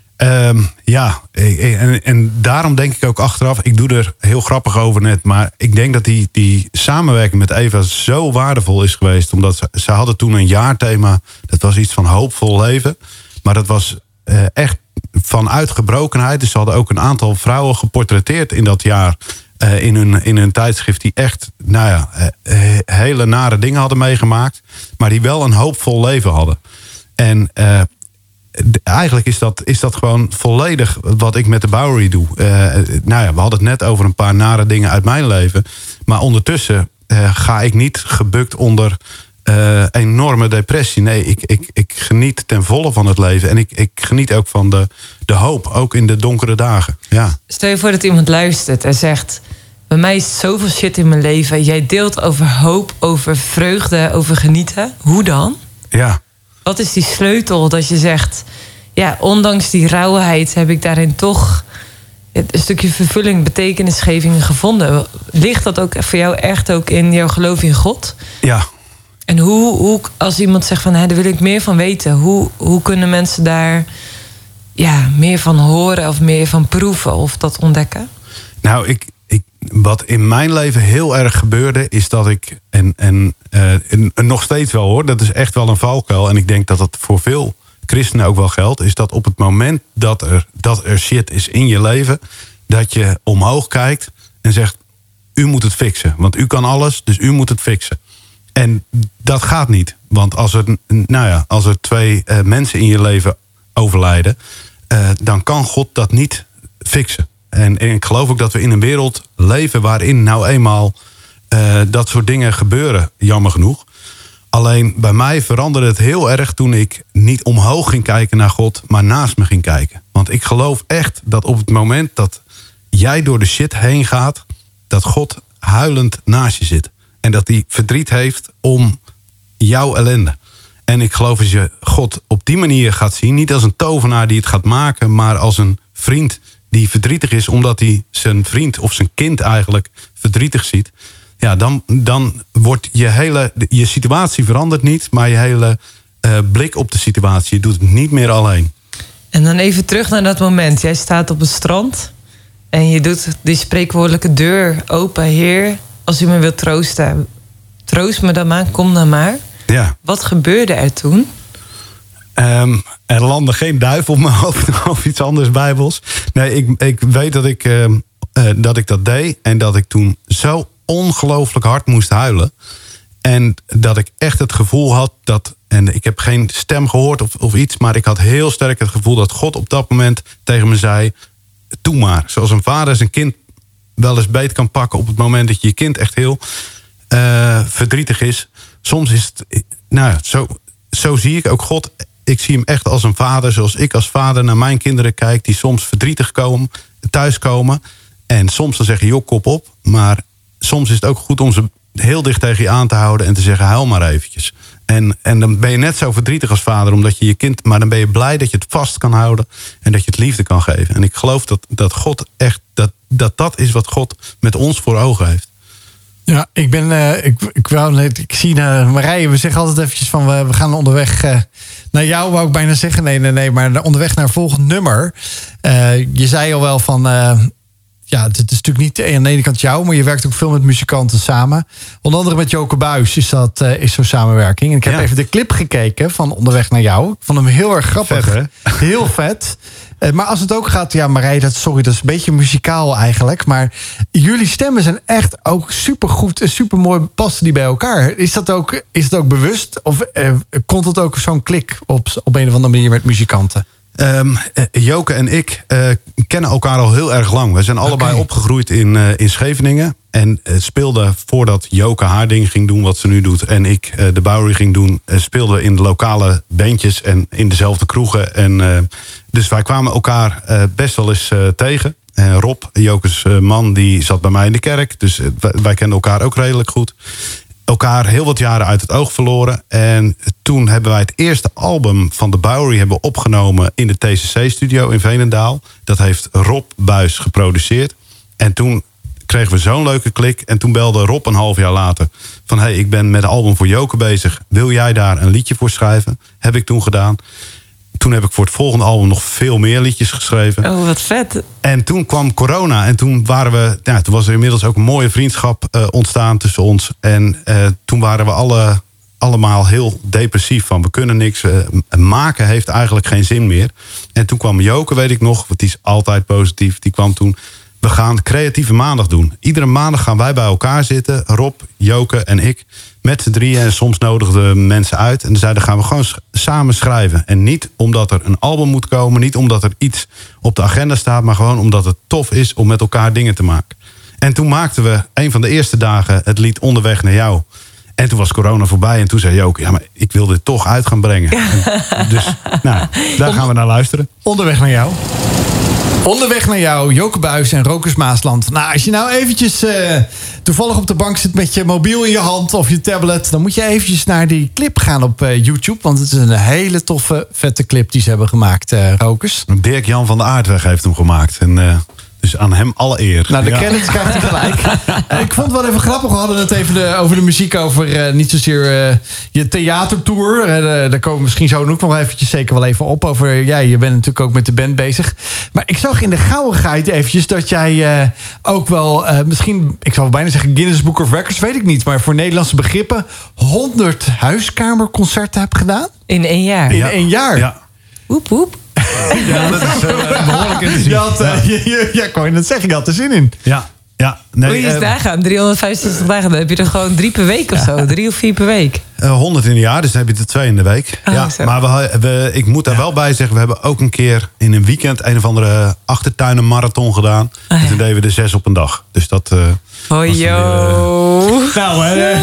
Um, ja, en, en daarom denk ik ook achteraf, ik doe er heel grappig over net, maar ik denk dat die, die samenwerking met Eva zo waardevol is geweest, omdat ze, ze hadden toen een jaarthema, dat was iets van hoopvol leven, maar dat was uh, echt vanuit gebrokenheid. Dus ze hadden ook een aantal vrouwen geportretteerd in dat jaar uh, in, hun, in hun tijdschrift die echt, nou ja, uh, hele nare dingen hadden meegemaakt, maar die wel een hoopvol leven hadden. En uh, eigenlijk is dat, is dat gewoon volledig wat ik met de Bowery doe. Uh, nou ja, we hadden het net over een paar nare dingen uit mijn leven. Maar ondertussen uh, ga ik niet gebukt onder uh, enorme depressie. Nee, ik, ik, ik geniet ten volle van het leven. En ik, ik geniet ook van de, de hoop, ook in de donkere dagen. Ja. Stel je voor dat iemand luistert en zegt, bij mij is zoveel shit in mijn leven. Jij deelt over hoop, over vreugde, over genieten. Hoe dan? Ja. Wat is die sleutel dat je zegt, ja, ondanks die rauwheid heb ik daarin toch een stukje vervulling, betekenisgeving gevonden. Ligt dat ook voor jou echt ook in jouw geloof in God? Ja. En hoe, hoe als iemand zegt van, hé, daar wil ik meer van weten. Hoe, hoe kunnen mensen daar ja, meer van horen of meer van proeven of dat ontdekken? Nou, ik, ik, wat in mijn leven heel erg gebeurde, is dat ik, en, en, uh, en, en nog steeds wel hoor, dat is echt wel een valkuil. En ik denk dat dat voor veel christenen ook wel geldt, is dat op het moment dat er, dat er shit is in je leven, dat je omhoog kijkt en zegt, u moet het fixen. Want u kan alles, dus u moet het fixen. En dat gaat niet. Want als er, nou ja, als er twee uh, mensen in je leven overlijden, uh, dan kan God dat niet fixen. En, en ik geloof ook dat we in een wereld leven waarin nou eenmaal uh, dat soort dingen gebeuren, jammer genoeg. Alleen bij mij veranderde het heel erg toen ik niet omhoog ging kijken naar God, maar naast me ging kijken. Want ik geloof echt dat op het moment dat jij door de shit heen gaat, dat God huilend naast je zit. En dat hij verdriet heeft om jouw ellende. En ik geloof als je God op die manier gaat zien, niet als een tovenaar die het gaat maken, maar als een vriend die verdrietig is omdat hij zijn vriend of zijn kind eigenlijk verdrietig ziet. Ja, dan, dan wordt je hele, je situatie verandert niet, maar je hele uh, blik op de situatie, je doet het niet meer alleen. En dan even terug naar dat moment. Jij staat op het strand en je doet die spreekwoordelijke deur open. Heer, als u me wilt troosten, troost me dan maar, kom dan maar. Ja. Wat gebeurde er toen? Um, er landde geen duif op mijn hoofd of iets anders bijbels. Nee, ik, ik weet dat ik, uh, uh, dat ik dat deed en dat ik toen zo ongelooflijk hard moest huilen. En dat ik echt het gevoel had dat, en ik heb geen stem gehoord of, of iets, maar ik had heel sterk het gevoel dat God op dat moment tegen me zei, doe maar. Zoals een vader zijn kind wel eens beet kan pakken op het moment dat je je kind echt heel uh, verdrietig is. Soms is het, nou ja, zo, zo zie ik ook God. Ik zie hem echt als een vader, zoals ik als vader naar mijn kinderen kijk, die soms verdrietig komen, thuiskomen. En soms dan zeg je, joh, kop op. Maar soms is het ook goed om ze heel dicht tegen je aan te houden en te zeggen, huil maar eventjes. En, en dan ben je net zo verdrietig als vader, omdat je je kind, maar dan ben je blij dat je het vast kan houden en dat je het liefde kan geven. En ik geloof dat, dat God echt, dat, dat dat is wat God met ons voor ogen heeft. Ja, ik ben, uh, ik, ik, wou, ik zie naar Marije, we zeggen altijd eventjes van, we, we gaan onderweg uh, naar jou, wou ik bijna zeggen. Nee, nee, nee, maar onderweg naar het volgende nummer. Uh, je zei al wel van, uh, ja, het is natuurlijk niet aan de ene kant jou, maar je werkt ook veel met muzikanten samen. Onder andere met Joke Buijs is dat uh, is zo'n samenwerking. En ik heb Ja. even de clip gekeken van Onderweg naar jou. Ik vond hem heel erg grappig. Vet, Heel vet. Uh, maar als het ook gaat, ja, Marije, dat, sorry, dat is een beetje muzikaal eigenlijk. Maar jullie stemmen zijn echt ook supergoed en supermooi passen die bij elkaar. Is dat ook, is het ook bewust? Of uh, komt het ook zo'n klik op, op een of andere manier met muzikanten? Um, Joke en ik uh, kennen elkaar al heel erg lang. We zijn allebei Oké. opgegroeid in, uh, in Scheveningen. En uh, speelden voordat Joke haar ding ging doen wat ze nu doet... en ik uh, de Bowery ging doen, uh, speelden we in de lokale bandjes... en in dezelfde kroegen. En, uh, dus wij kwamen elkaar uh, best wel eens uh, tegen. Uh, Rob, Joke's uh, man, die zat bij mij in de kerk. Dus uh, wij, wij kenden elkaar ook redelijk goed. Elkaar heel wat jaren uit het oog verloren. En toen hebben wij het eerste album van de Bowery hebben opgenomen in de T C C-studio in Veenendaal. Dat heeft Rob Buijs geproduceerd. En toen kregen we zo'n leuke klik. En toen belde Rob een half jaar later van... hey, ik ben met een album voor Joke bezig. Wil jij daar een liedje voor schrijven? Heb ik toen gedaan. Toen heb ik voor het volgende album nog veel meer liedjes geschreven. Oh, wat vet. En toen kwam corona en toen waren we, ja, toen was er inmiddels ook een mooie vriendschap uh, ontstaan tussen ons. En uh, toen waren we alle, allemaal heel depressief van we kunnen niks. Uh, maken heeft eigenlijk geen zin meer. En toen kwam Joke, weet ik nog, want die is altijd positief. Die kwam toen, we gaan creatieve maandag doen. Iedere maandag gaan wij bij elkaar zitten. Rob, Joke en ik. Met z'n drieën en soms nodigden mensen uit. En dan zeiden, gaan we gewoon sch- samen schrijven. En niet omdat er een album moet komen. Niet omdat er iets op de agenda staat. Maar gewoon omdat het tof is om met elkaar dingen te maken. En toen maakten we een van de eerste dagen het lied Onderweg naar jou. En toen was corona voorbij. En toen zei Joke, ja, maar ik wil dit toch uit gaan brengen. En dus nou, daar gaan we naar luisteren. Onderweg naar jou. Onderweg naar jou, Joke Buijs en Rokers Maasland. Nou, als je nou eventjes uh, toevallig op de bank zit met je mobiel in je hand of je tablet... dan moet je eventjes naar die clip gaan op uh, YouTube. Want het is een hele toffe, vette clip die ze hebben gemaakt, uh, Rokers. Dirk-Jan van de Aardweg heeft hem gemaakt. En, uh, dus aan hem alle eer. Nou, de Ja. credits krijgt hij gelijk. Ik vond het wel even grappig. We hadden het even de, over de muziek, over uh, niet zozeer uh, je theatertour. Uh, daar komen we misschien zo ook nog eventjes zeker wel even op. Over, ja, je bent natuurlijk ook met de band bezig. Maar ik zag in de gauwigheid eventjes dat jij uh, ook wel uh, misschien, ik zou bijna zeggen Guinness Book of Records, weet ik niet. Maar voor Nederlandse begrippen honderd huiskamerconcerten hebt gedaan. In één jaar. In Ja. één jaar. Ja. Woep, woep. Ja, dat is uh, behoorlijk intensief. Je had, uh, je, je, ja, kon je dat zeggen? Je had er zin in. Ja, ja. Nee, Moet je eens eh, nagaan. driehonderdvijfenzestig dagen. Dan heb je er gewoon drie per week of zo. Drie of vier per week. Uh, honderd in een jaar, dus dan heb je er twee in de week. Oh, ja, zo. maar we, we, ik moet daar wel bij zeggen... we hebben ook een keer in een weekend... een of andere achtertuinen marathon gedaan. Ah, ja. En toen deden we er zes op een dag. Dus dat... Uh, Hoi, was dan yo. Nou, uh,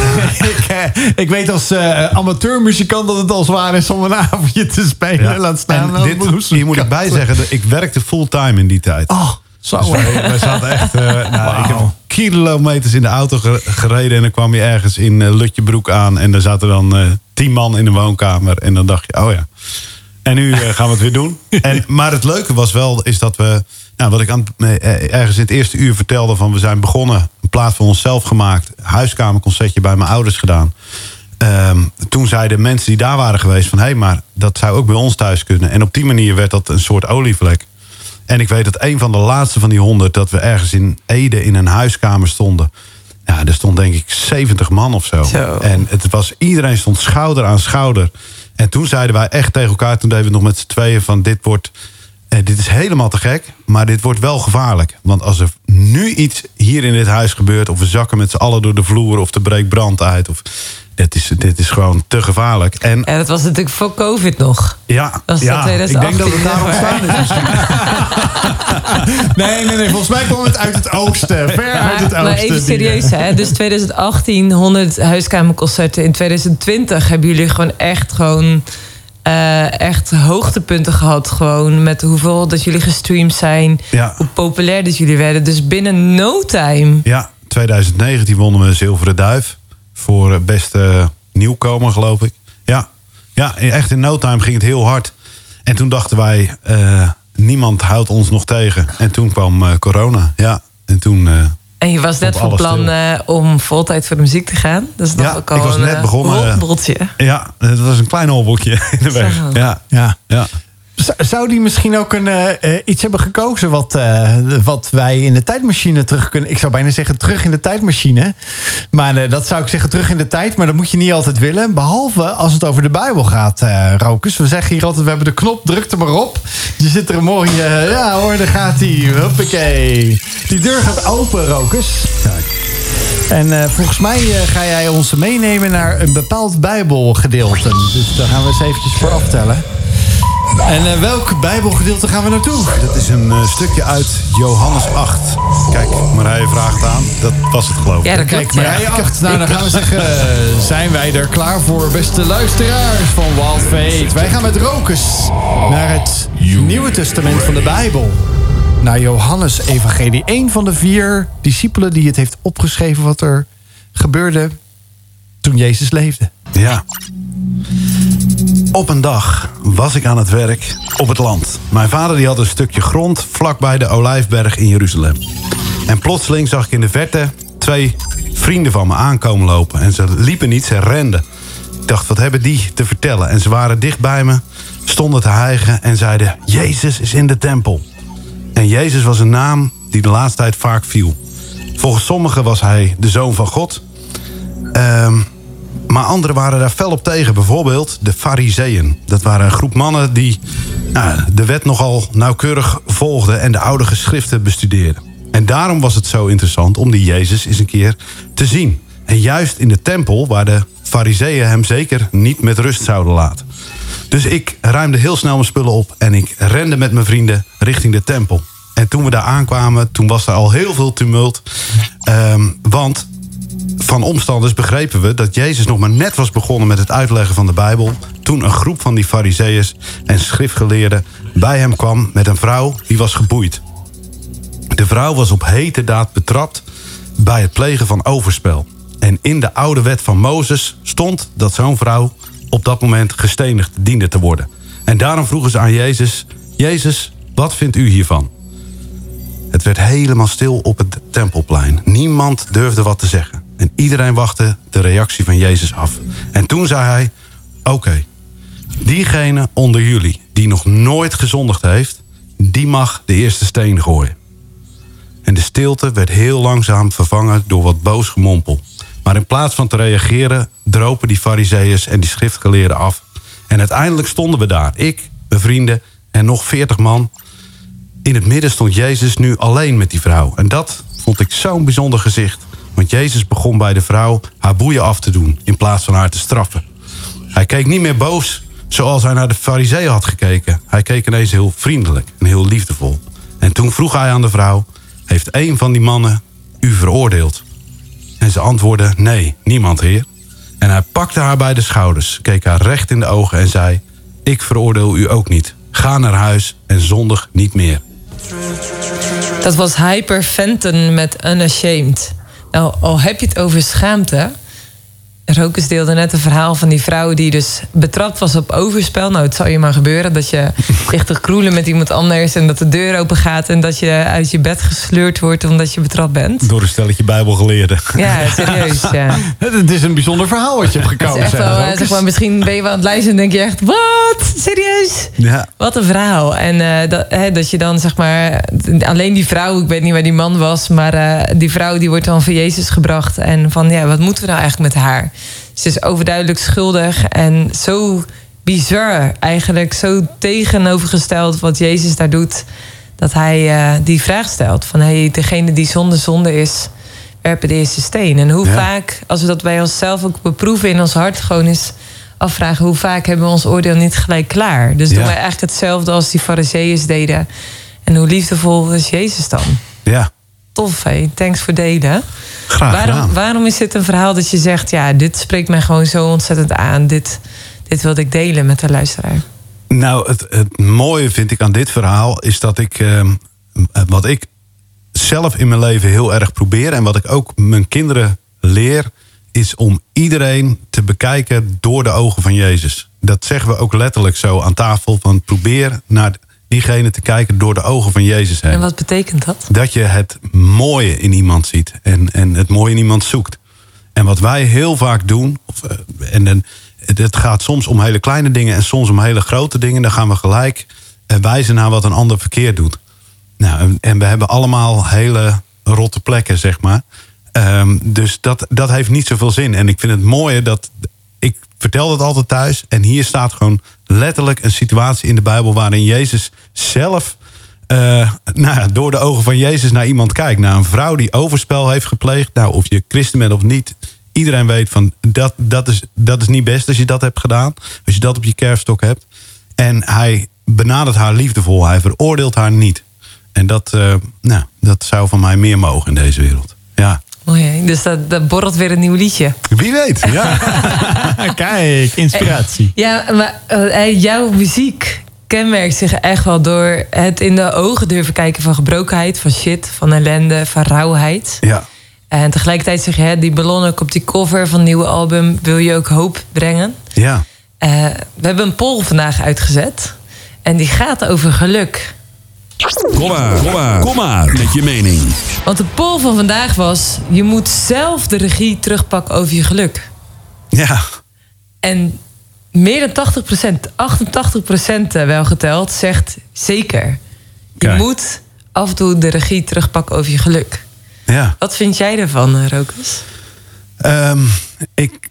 ik, uh, ik weet als uh, amateurmuzikant dat het al zwaar is om een avondje te spelen. ja. Laat staan. En dit, hier moet ik bij zeggen, dat ik werkte fulltime in die tijd. Oh, zo. Dus wij, wij zaten echt... Uh, nou, ik heb kilometers in de auto ge- gereden... en dan kwam je ergens in uh, Lutjebroek aan... en daar zaten dan uh, tien man in de woonkamer. En dan dacht je, oh ja. En nu uh, gaan we het weer doen. En, maar het leuke was wel, is dat we... Nou, wat ik aan, uh, ergens in het eerste uur vertelde... van we zijn begonnen, een plaat voor onszelf gemaakt... huiskamerconcertje bij mijn ouders gedaan... Um, toen zeiden mensen die daar waren geweest van... hé, hey, maar dat zou ook bij ons thuis kunnen. En op die manier werd dat een soort olievlek. En ik weet dat een van de laatste van die honderd... dat we ergens in Ede in een huiskamer stonden. Ja, er stond denk ik zeventig man of zo. Zo. En het was, iedereen stond schouder aan schouder. En toen zeiden wij echt tegen elkaar... toen deden we het nog met z'n tweeën van dit wordt... Eh, dit is helemaal te gek, maar dit wordt wel gevaarlijk. Want als er nu iets hier in dit huis gebeurt... of we zakken met z'n allen door de vloer... of er breekt brand uit... Of, dit, is, dit is gewoon te gevaarlijk. En Ja, dat was natuurlijk voor COVID nog. ja, Dat is ja twintig ik denk dat het daar achttien, ontstaan is misschien. Nee, nee, nee. Volgens mij kwam het uit het oosten. Ver uit het Maar, oosten. maar even serieus, hè? Dus twintig achttien, honderd huiskamerconcerten. In twintig twintig hebben jullie gewoon echt gewoon... Uh, echt hoogtepunten gehad gewoon. Met hoeveel dat jullie gestreamd zijn. Ja. Hoe populair dat jullie werden. Dus binnen no time. Ja, twintig negentien wonnen we een Zilveren Duif. Voor eh, beste nieuwkomer, geloof ik. Ja. ja, echt in no time ging het heel hard. En toen dachten wij, uh, niemand houdt ons nog tegen. En toen kwam uh, corona. Ja, en toen... Uh, En je was net Op van alles plan stil. uh, om voltijd voor de muziek te gaan. Dat is nog Ja, ook al ik was een net uh, begonnen, uh, hobbeltje. ja, het was een klein hobbeltje in de weg. Zo. Ja, Ja. ja. Zou die misschien ook een, uh, iets hebben gekozen wat, uh, wat wij in de tijdmachine terug kunnen... Ik zou bijna zeggen terug in de tijdmachine. Maar uh, dat zou ik zeggen terug in de tijd. Maar dat moet je niet altijd willen. Behalve als het over de Bijbel gaat, uh, Rokus. We zeggen hier altijd, we hebben de knop, druk er maar op. Je zit er een mooie... Uh, ja hoor, daar gaat die. Hoppakee. Die deur gaat open, Rokus. Kijk. En uh, volgens mij uh, ga jij ons meenemen naar een bepaald Bijbelgedeelte. Dus daar gaan we eens eventjes voor aftellen. En uh, welk Bijbelgedeelte gaan we naartoe? Dat is een uh, stukje uit Johannes acht. Kijk, Marije vraagt aan. Dat was het geloof ik. Ja, dat Kijk, Marije acht. Nou, dan gaan we zeggen, uh, zijn wij er klaar voor, beste luisteraars van Wild Fate. Wij gaan met Rokus naar het Nieuwe Testament van de Bijbel. Naar Johannes evangelie. Een van de vier discipelen die het heeft opgeschreven wat er gebeurde toen Jezus leefde. Ja. Op een dag was ik aan het werk op het land. Mijn vader die had een stukje grond vlakbij de Olijfberg in Jeruzalem. En plotseling zag ik in de verte twee vrienden van me aankomen lopen. En ze liepen niet, ze renden. Ik dacht, wat hebben die te vertellen? En ze waren dicht bij me, stonden te hijgen en zeiden... Jezus is in de tempel. En Jezus was een naam die de laatste tijd vaak viel. Volgens sommigen was hij de Zoon van God. Um, maar anderen waren daar fel op tegen. Bijvoorbeeld de Farizeeën. Dat waren een groep mannen die nou, de wet nogal nauwkeurig volgden... en de oude geschriften bestudeerden. En daarom was het zo interessant om die Jezus eens een keer te zien. En juist in de tempel waar de Farizeeën hem zeker niet met rust zouden laten. Dus ik ruimde heel snel mijn spullen op en ik rende met mijn vrienden richting de tempel. En toen we daar aankwamen, toen was er al heel veel tumult. Um, want van omstanders begrepen we dat Jezus nog maar net was begonnen met het uitleggen van de Bijbel. Toen een groep van die Farizeeën en schriftgeleerden bij hem kwam met een vrouw die was geboeid. De vrouw was op heterdaad betrapt bij het plegen van overspel. En in de oude wet van Mozes stond dat zo'n vrouw op dat moment gestenigd diende te worden. En daarom vroegen ze aan Jezus... Jezus, wat vindt u hiervan? Het werd helemaal stil op het tempelplein. Niemand durfde wat te zeggen. En iedereen wachtte de reactie van Jezus af. En toen zei hij... Oké, okay, diegene onder jullie die nog nooit gezondigd heeft... die mag de eerste steen gooien. En de stilte werd heel langzaam vervangen door wat boos gemompel. Maar in plaats van te reageren, dropen die Farizeeërs en die schriftgeleerden af. En uiteindelijk stonden we daar. Ik, mijn vrienden en nog veertig man. In het midden stond Jezus nu alleen met die vrouw. En dat vond ik zo'n bijzonder gezicht. Want Jezus begon bij de vrouw haar boeien af te doen... in plaats van haar te straffen. Hij keek niet meer boos zoals hij naar de Farizeeën had gekeken. Hij keek ineens heel vriendelijk en heel liefdevol. En toen vroeg hij aan de vrouw... heeft een van die mannen u veroordeeld? En ze antwoordde, nee, niemand, heer. En hij pakte haar bij de schouders, keek haar recht in de ogen en zei... ik veroordeel u ook niet. Ga naar huis en zondig niet meer. Dat was Hyper Fenton met Unashamed. Nou, al heb je het over schaamte... Rokus deelde net een verhaal van die vrouw die dus betrapt was op overspel. Nou, het zal je maar gebeuren dat je ligt te kroelen met iemand anders... en dat de deur open gaat en dat je uit je bed gesleurd wordt omdat je betrapt bent. Door een stelletje bijbelgeleerden. Ja, serieus, ja. Het is een bijzonder verhaal wat je hebt gekozen. Echt wel, uh, zeg maar, misschien ben je wel aan het luisteren en denk je echt... wat? Serieus? Ja. Wat een verhaal. En uh, dat, hè, dat je dan, zeg maar... alleen die vrouw, ik weet niet waar die man was... maar uh, die vrouw die wordt dan voor Jezus gebracht. En van, ja, wat moeten we nou eigenlijk met haar? Ze is overduidelijk schuldig en zo bizar eigenlijk. Zo tegenovergesteld wat Jezus daar doet. Dat hij uh, die vraag stelt van... hey, degene die zonder zonde is, werpen de eerste steen. En hoe ja. vaak, als we dat bij onszelf ook beproeven in ons hart... gewoon eens afvragen, hoe vaak hebben we ons oordeel niet gelijk klaar? Dus ja. doen wij eigenlijk hetzelfde als die Farizeeërs deden. En hoe liefdevol is Jezus dan? Ja. Tof, hé. Thanks voor delen. Graag waarom, waarom is dit een verhaal dat je zegt... ja, dit spreekt mij gewoon zo ontzettend aan. Dit, dit wilde ik delen met de luisteraar. Nou, het, het mooie vind ik aan dit verhaal... is dat ik, eh, wat ik zelf in mijn leven heel erg probeer... en wat ik ook mijn kinderen leer... is om iedereen te bekijken door de ogen van Jezus. Dat zeggen we ook letterlijk zo aan tafel. Van probeer naar diegene te kijken door de ogen van Jezus heen. En wat betekent dat? Dat je het mooie in iemand ziet en, en het mooie in iemand zoekt. En wat wij heel vaak doen... Of, en, en het gaat soms om hele kleine dingen en soms om hele grote dingen... dan gaan we gelijk uh, wijzen naar wat een ander verkeerd doet. Nou, en, en we hebben allemaal hele rotte plekken, zeg maar. Um, dus dat, dat heeft niet zoveel zin. En ik vind het mooie dat... Ik vertel dat altijd thuis. En hier staat gewoon letterlijk een situatie in de Bijbel... waarin Jezus zelf... Uh, nou ja, door de ogen van Jezus naar iemand kijkt. Naar een vrouw die overspel heeft gepleegd. Nou, of je christen bent of niet. Iedereen weet van dat, dat, is, dat is niet best als je dat hebt gedaan. Als je dat op je kerfstok hebt. En hij benadert haar liefdevol. Hij veroordeelt haar niet. En dat, uh, nou, dat zou van mij meer mogen in deze wereld. Ja. Mooi, dus dat, dat borrelt weer een nieuw liedje. Wie weet, ja. Kijk, inspiratie. Ja, maar uh, jouw muziek kenmerkt zich echt wel door het in de ogen durven kijken van gebrokenheid, van shit, van ellende, van rauwheid. Ja. En tegelijkertijd zeg je, hè, die ballon ook op die cover van het nieuwe album, wil je ook hoop brengen. Ja. Uh, we hebben een poll vandaag uitgezet. En die gaat over geluk. Kom maar, kom maar, kom maar met je mening. Want de poll van vandaag was, je moet zelf de regie terugpakken over je geluk. Ja. En meer dan tachtig procent, achtentachtig procent wel geteld, zegt zeker. Je Kijk. moet af en toe de regie terugpakken over je geluk. Ja. Wat vind jij daarvan, Rokus? Um, ik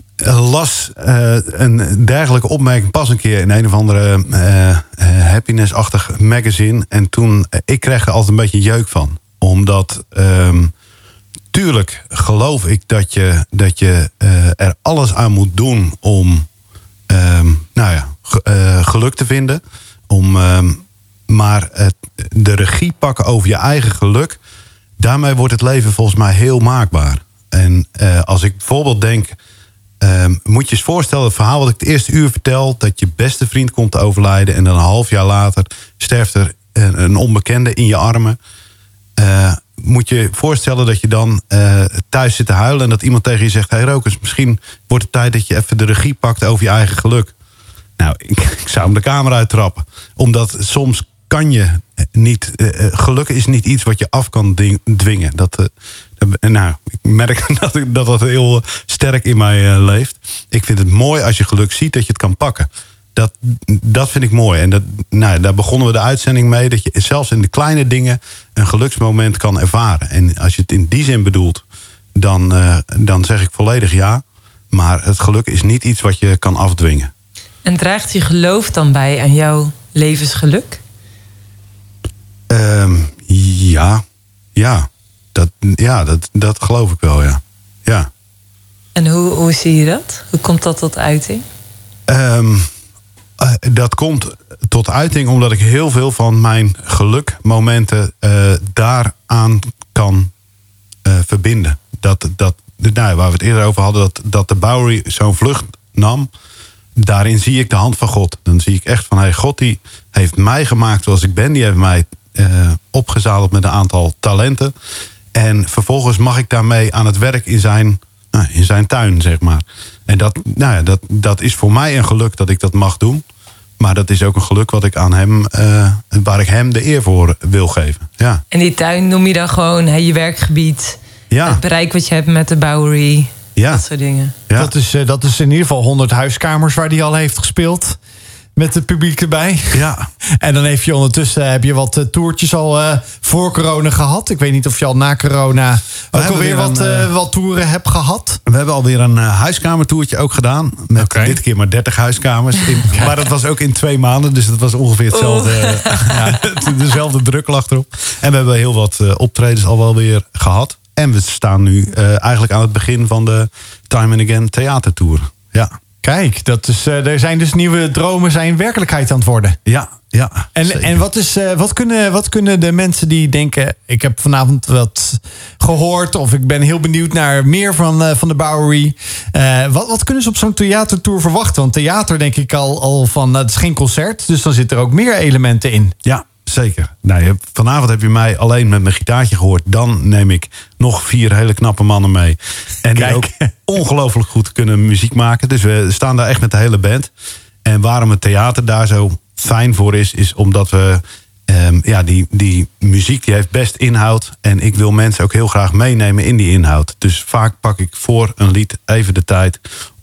las uh, een dergelijke opmerking pas een keer in een of andere uh, uh, happiness-achtig magazine. En toen, uh, ik kreeg er altijd een beetje jeuk van. Omdat, um, tuurlijk geloof ik dat je, dat je uh, er alles aan moet doen om um, nou ja, ge, uh, geluk te vinden. Om, um, maar uh, de regie pakken over je eigen geluk, daarmee wordt het leven volgens mij heel maakbaar. En uh, als ik bijvoorbeeld denk, Um, moet je eens voorstellen, het verhaal wat ik het eerste uur vertel, dat je beste vriend komt te overlijden en dan een half jaar later sterft er een, een onbekende in je armen. Uh, moet je voorstellen dat je dan uh, thuis zit te huilen en dat iemand tegen je zegt, hey Rokus, misschien wordt het tijd dat je even de regie pakt over je eigen geluk. Nou, ik, ik zou hem de kamer uittrappen. Omdat soms kan je niet, uh, geluk is niet iets wat je af kan ding, dwingen. Dat, uh, Nou, ik merk dat, ik, dat dat heel sterk in mij uh, leeft. Ik vind het mooi als je geluk ziet dat je het kan pakken. Dat, dat vind ik mooi. En dat, nou, daar begonnen we de uitzending mee. Dat je zelfs in de kleine dingen een geluksmoment kan ervaren. En als je het in die zin bedoelt, dan, uh, dan zeg ik volledig ja. Maar het geluk is niet iets wat je kan afdwingen. En draagt je geloof dan bij aan jouw levensgeluk? Um, ja, ja. Dat, ja, dat, dat geloof ik wel, ja. ja. En hoe, hoe zie je dat? Hoe komt dat tot uiting? Um, uh, dat komt tot uiting omdat ik heel veel van mijn gelukmomenten uh, daaraan kan uh, verbinden. Dat, dat, nou, waar we het eerder over hadden, dat, dat de Bowery zo'n vlucht nam, daarin zie ik de hand van God. Dan zie ik echt van, hey, God die heeft mij gemaakt zoals ik ben. Die heeft mij uh, opgezadeld met een aantal talenten. En vervolgens mag ik daarmee aan het werk in zijn, nou, in zijn tuin, zeg maar. En dat, nou ja, dat, dat is voor mij een geluk dat ik dat mag doen. Maar dat is ook een geluk wat ik aan hem, uh, waar ik hem de eer voor wil geven. Ja. En die tuin noem je dan gewoon hè, je werkgebied, Ja. het bereik wat je hebt met de Bowery, Ja. dat soort dingen. Ja. Dat, is, uh, dat is in ieder geval honderd huiskamers waar hij al heeft gespeeld. Met het publiek erbij. Ja. En dan heb je ondertussen heb je wat uh, toertjes al uh, voor corona gehad. Ik weet niet of je al na corona ook hebben alweer weer wat, een, uh, uh, wat toeren hebt gehad. We hebben alweer een uh, huiskamertoertje ook gedaan. Met Oké. dit keer maar dertig huiskamers. In, maar dat was ook in twee maanden. Dus dat was ongeveer hetzelfde, uh, ja, dezelfde druk lag erop. En we hebben heel wat uh, optredens al wel weer gehad. En we staan nu uh, eigenlijk aan het begin van de Time and Again theatertour. Ja. Kijk, dat is, uh, er zijn dus nieuwe dromen zijn werkelijkheid aan het worden. Ja, ja. En, zeker. en wat, is, uh, wat, kunnen, wat kunnen de mensen die denken, ik heb vanavond wat gehoord of ik ben heel benieuwd naar meer van, uh, van de Bowery. Uh, wat, wat kunnen ze op zo'n theatertour verwachten? Want theater denk ik al, al van, uh, het is geen concert, dus dan zitten er ook meer elementen in. Ja, zeker. Nou, je hebt, vanavond heb je mij alleen met mijn gitaartje gehoord. Dan neem ik nog vier hele knappe mannen mee. En die Kijk. ook ongelooflijk goed kunnen muziek maken. Dus we staan daar echt met de hele band. En waarom het theater daar zo fijn voor is, is omdat we Um, ja, die, die muziek die heeft best inhoud. En ik wil mensen ook heel graag meenemen in die inhoud. Dus vaak pak ik voor een lied even de tijd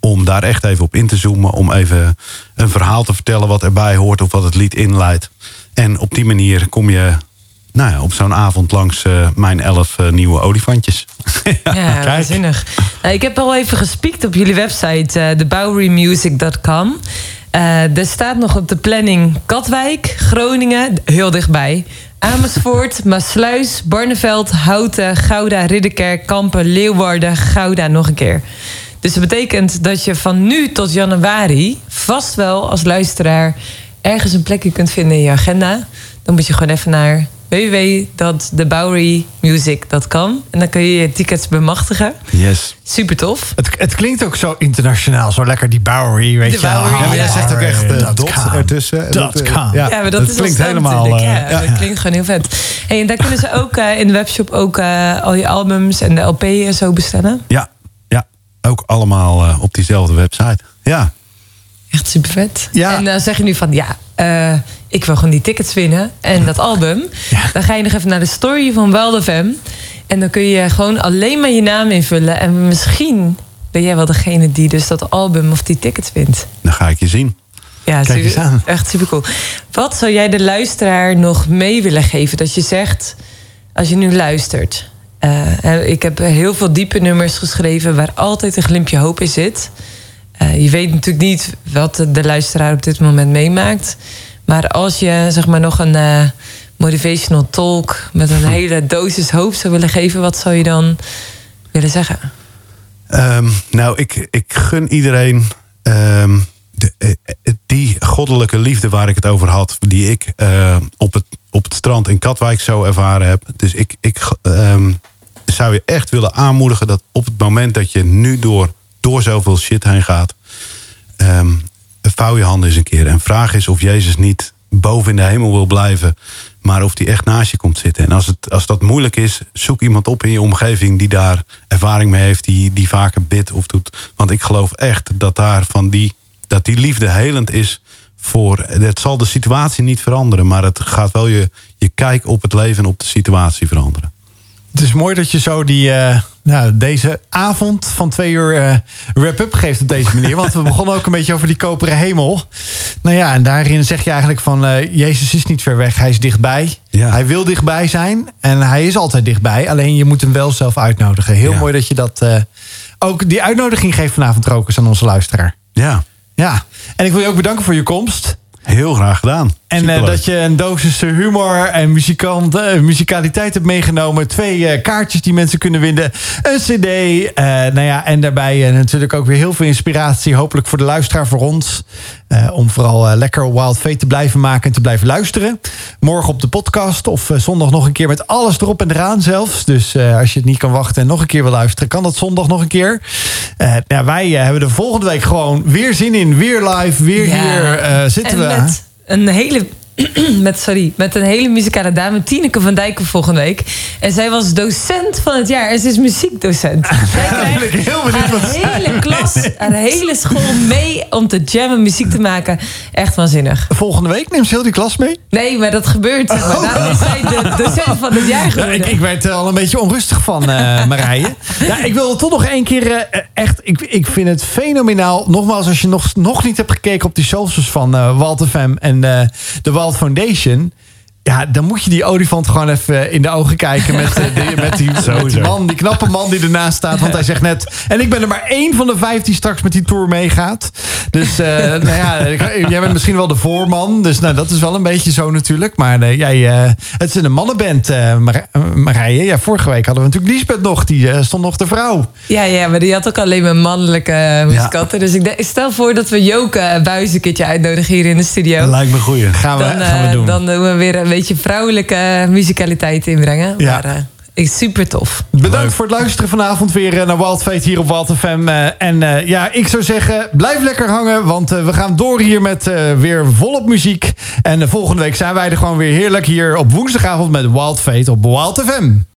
om daar echt even op in te zoomen. Om even een verhaal te vertellen wat erbij hoort of wat het lied inleidt. En op die manier kom je nou ja, op zo'n avond langs uh, mijn elf uh, nieuwe olifantjes. Ja, waanzinnig. Uh, ik heb al even gespiekt op jullie website, uh, the bowery music dot com. Uh, er staat nog op de planning Katwijk, Groningen, heel dichtbij. Amersfoort, Maasluis, Barneveld, Houten, Gouda, Ridderkerk, Kampen, Leeuwarden, Gouda nog een keer. Dus dat betekent dat je van nu tot januari vast wel als luisteraar ergens een plekje kunt vinden in je agenda. Dan moet je gewoon even naar w w w dot the bowery music dot com. En dan kun je je tickets bemachtigen. Yes. Super tof. Het, het klinkt ook zo internationaal, zo lekker die Bowery, weet De je wel. Bowery, Ja, maar jij ja. zegt ook echt uh, Dat dot kan. ertussen. Dat uh, kan. Ja, Ja, maar dat, is klinkt ons helemaal... natuurlijk. uh, Ja, ja, dat ja. klinkt gewoon heel vet. Hey, en daar kunnen ze ook uh, in de webshop ook uh, al je albums en de L P en zo bestellen. Ja, ja, ook allemaal uh, op diezelfde website. Ja. Echt super vet. Ja. En dan zeg je nu van, ja, uh, ik wil gewoon die tickets winnen en dat album. Ja. Dan ga je nog even naar de story van Wild F M. En dan kun je gewoon alleen maar je naam invullen. En misschien ben jij wel degene die dus dat album of die tickets wint. Dan ga ik je zien. Ja, Kijk eens super, aan. echt super cool. Wat zou jij de luisteraar nog mee willen geven? Dat je zegt, als je nu luistert. Uh, ik heb heel veel diepe nummers geschreven waar altijd een glimpje hoop in zit. Uh, je weet natuurlijk niet wat de, de luisteraar op dit moment meemaakt. Maar als je zeg maar nog een uh, motivational talk met een hele dosis hoop zou willen geven, wat zou je dan willen zeggen? Um, nou, ik, ik gun iedereen um, de, uh, die goddelijke liefde waar ik het over had, die ik uh, op, het, op het strand in Katwijk zo ervaren heb. Dus ik, ik um, zou je echt willen aanmoedigen dat op het moment dat je nu door, door zoveel shit heen gaat, um, vouw je handen eens een keer en vraag eens of Jezus niet boven in de hemel wil blijven, maar of die echt naast je komt zitten. En als, het, als dat moeilijk is, zoek iemand op in je omgeving die daar ervaring mee heeft, die, die vaker bidt of doet. Want ik geloof echt dat daar van die, dat die liefde helend is voor. Het zal de situatie niet veranderen, maar het gaat wel je, je kijk op het leven en op de situatie veranderen. Het is mooi dat je zo die, uh, nou, deze avond van twee uur uh, wrap-up geeft op deze manier. Want we begonnen ook een beetje over die koperen hemel. Nou ja, en daarin zeg je eigenlijk van, uh, Jezus is niet ver weg, hij is dichtbij. Ja. Hij wil dichtbij zijn en hij is altijd dichtbij. Alleen je moet hem wel zelf uitnodigen. Heel Ja. mooi dat je dat uh, ook die uitnodiging geeft vanavond ook eens aan onze luisteraar. Ja, Ja, en ik wil je ook bedanken voor je komst. heel graag gedaan. En uh, dat je een dosis humor en muzikant, uh, muzikaliteit hebt meegenomen. Twee uh, kaartjes die mensen kunnen winnen. Een cd. Uh, nou ja, en daarbij uh, natuurlijk ook weer heel veel inspiratie. Hopelijk voor de luisteraar, voor ons. Uh, om vooral uh, lekker Wild Fate te blijven maken en te blijven luisteren. Morgen op de podcast of uh, zondag nog een keer met alles erop en eraan zelfs. Dus uh, als je het niet kan wachten en nog een keer wil luisteren, kan dat zondag nog een keer. Uh, nou, wij uh, hebben er volgende week gewoon weer zin in. Weer live, weer Ja. hier uh, zitten en we. met een hele met, sorry, met een hele muzikale dame, Tineke van Dijken, volgende week. En zij was docent van het jaar. En ze is muziekdocent. Zij ben ik heel benieuwd haar wat zij hele klas, haar hele school mee om te jammen, muziek te maken. Echt waanzinnig. Volgende week neemt ze heel die klas mee? Nee, maar dat gebeurt. Zeg maar. Daarom is zij de docent van het jaar Ja, geworden. ik, ik werd er al een beetje onrustig van, uh, Marije. Ja, ik wil toch nog één keer uh, echt... Ik, ik vind het fenomenaal. Nogmaals, als je nog, nog niet hebt gekeken op die socials van uh, Wild F M en uh, de Wild Foundation... Ja, dan moet je die olifant gewoon even in de ogen kijken met, uh, de, met, die, met die man, die knappe man die ernaast staat. Want hij zegt net, en ik ben er maar één van de vijf die straks met die tour meegaat. Dus uh, nou ja, jij bent misschien wel de voorman. Dus nou, dat is wel een beetje zo natuurlijk. Maar uh, jij, uh, het is een mannenband, uh, Mar- Marije. Ja, vorige week hadden we natuurlijk Liesbeth nog, die uh, stond nog de vrouw. Ja, ja, maar die had ook alleen maar mannelijke muzikanten. Ja. Dus ik, de, ik stel voor dat we Joke Buijs een keertje uitnodigen hier in de studio. Dat lijkt me een goeie. Gaan we, Dan, uh, gaan we doen. Dan doen we weer een beetje vrouwelijke muzikaliteit inbrengen. Ja. Maar uh, is super tof. Bedankt Leuk. voor het luisteren vanavond weer naar Wild Fate hier op Wild F M. Uh, en uh, ja, ik zou zeggen, blijf lekker hangen. Want uh, we gaan door hier met uh, weer volop muziek. En uh, volgende week zijn wij er gewoon weer heerlijk hier op woensdagavond met Wild Fate op Wild F M.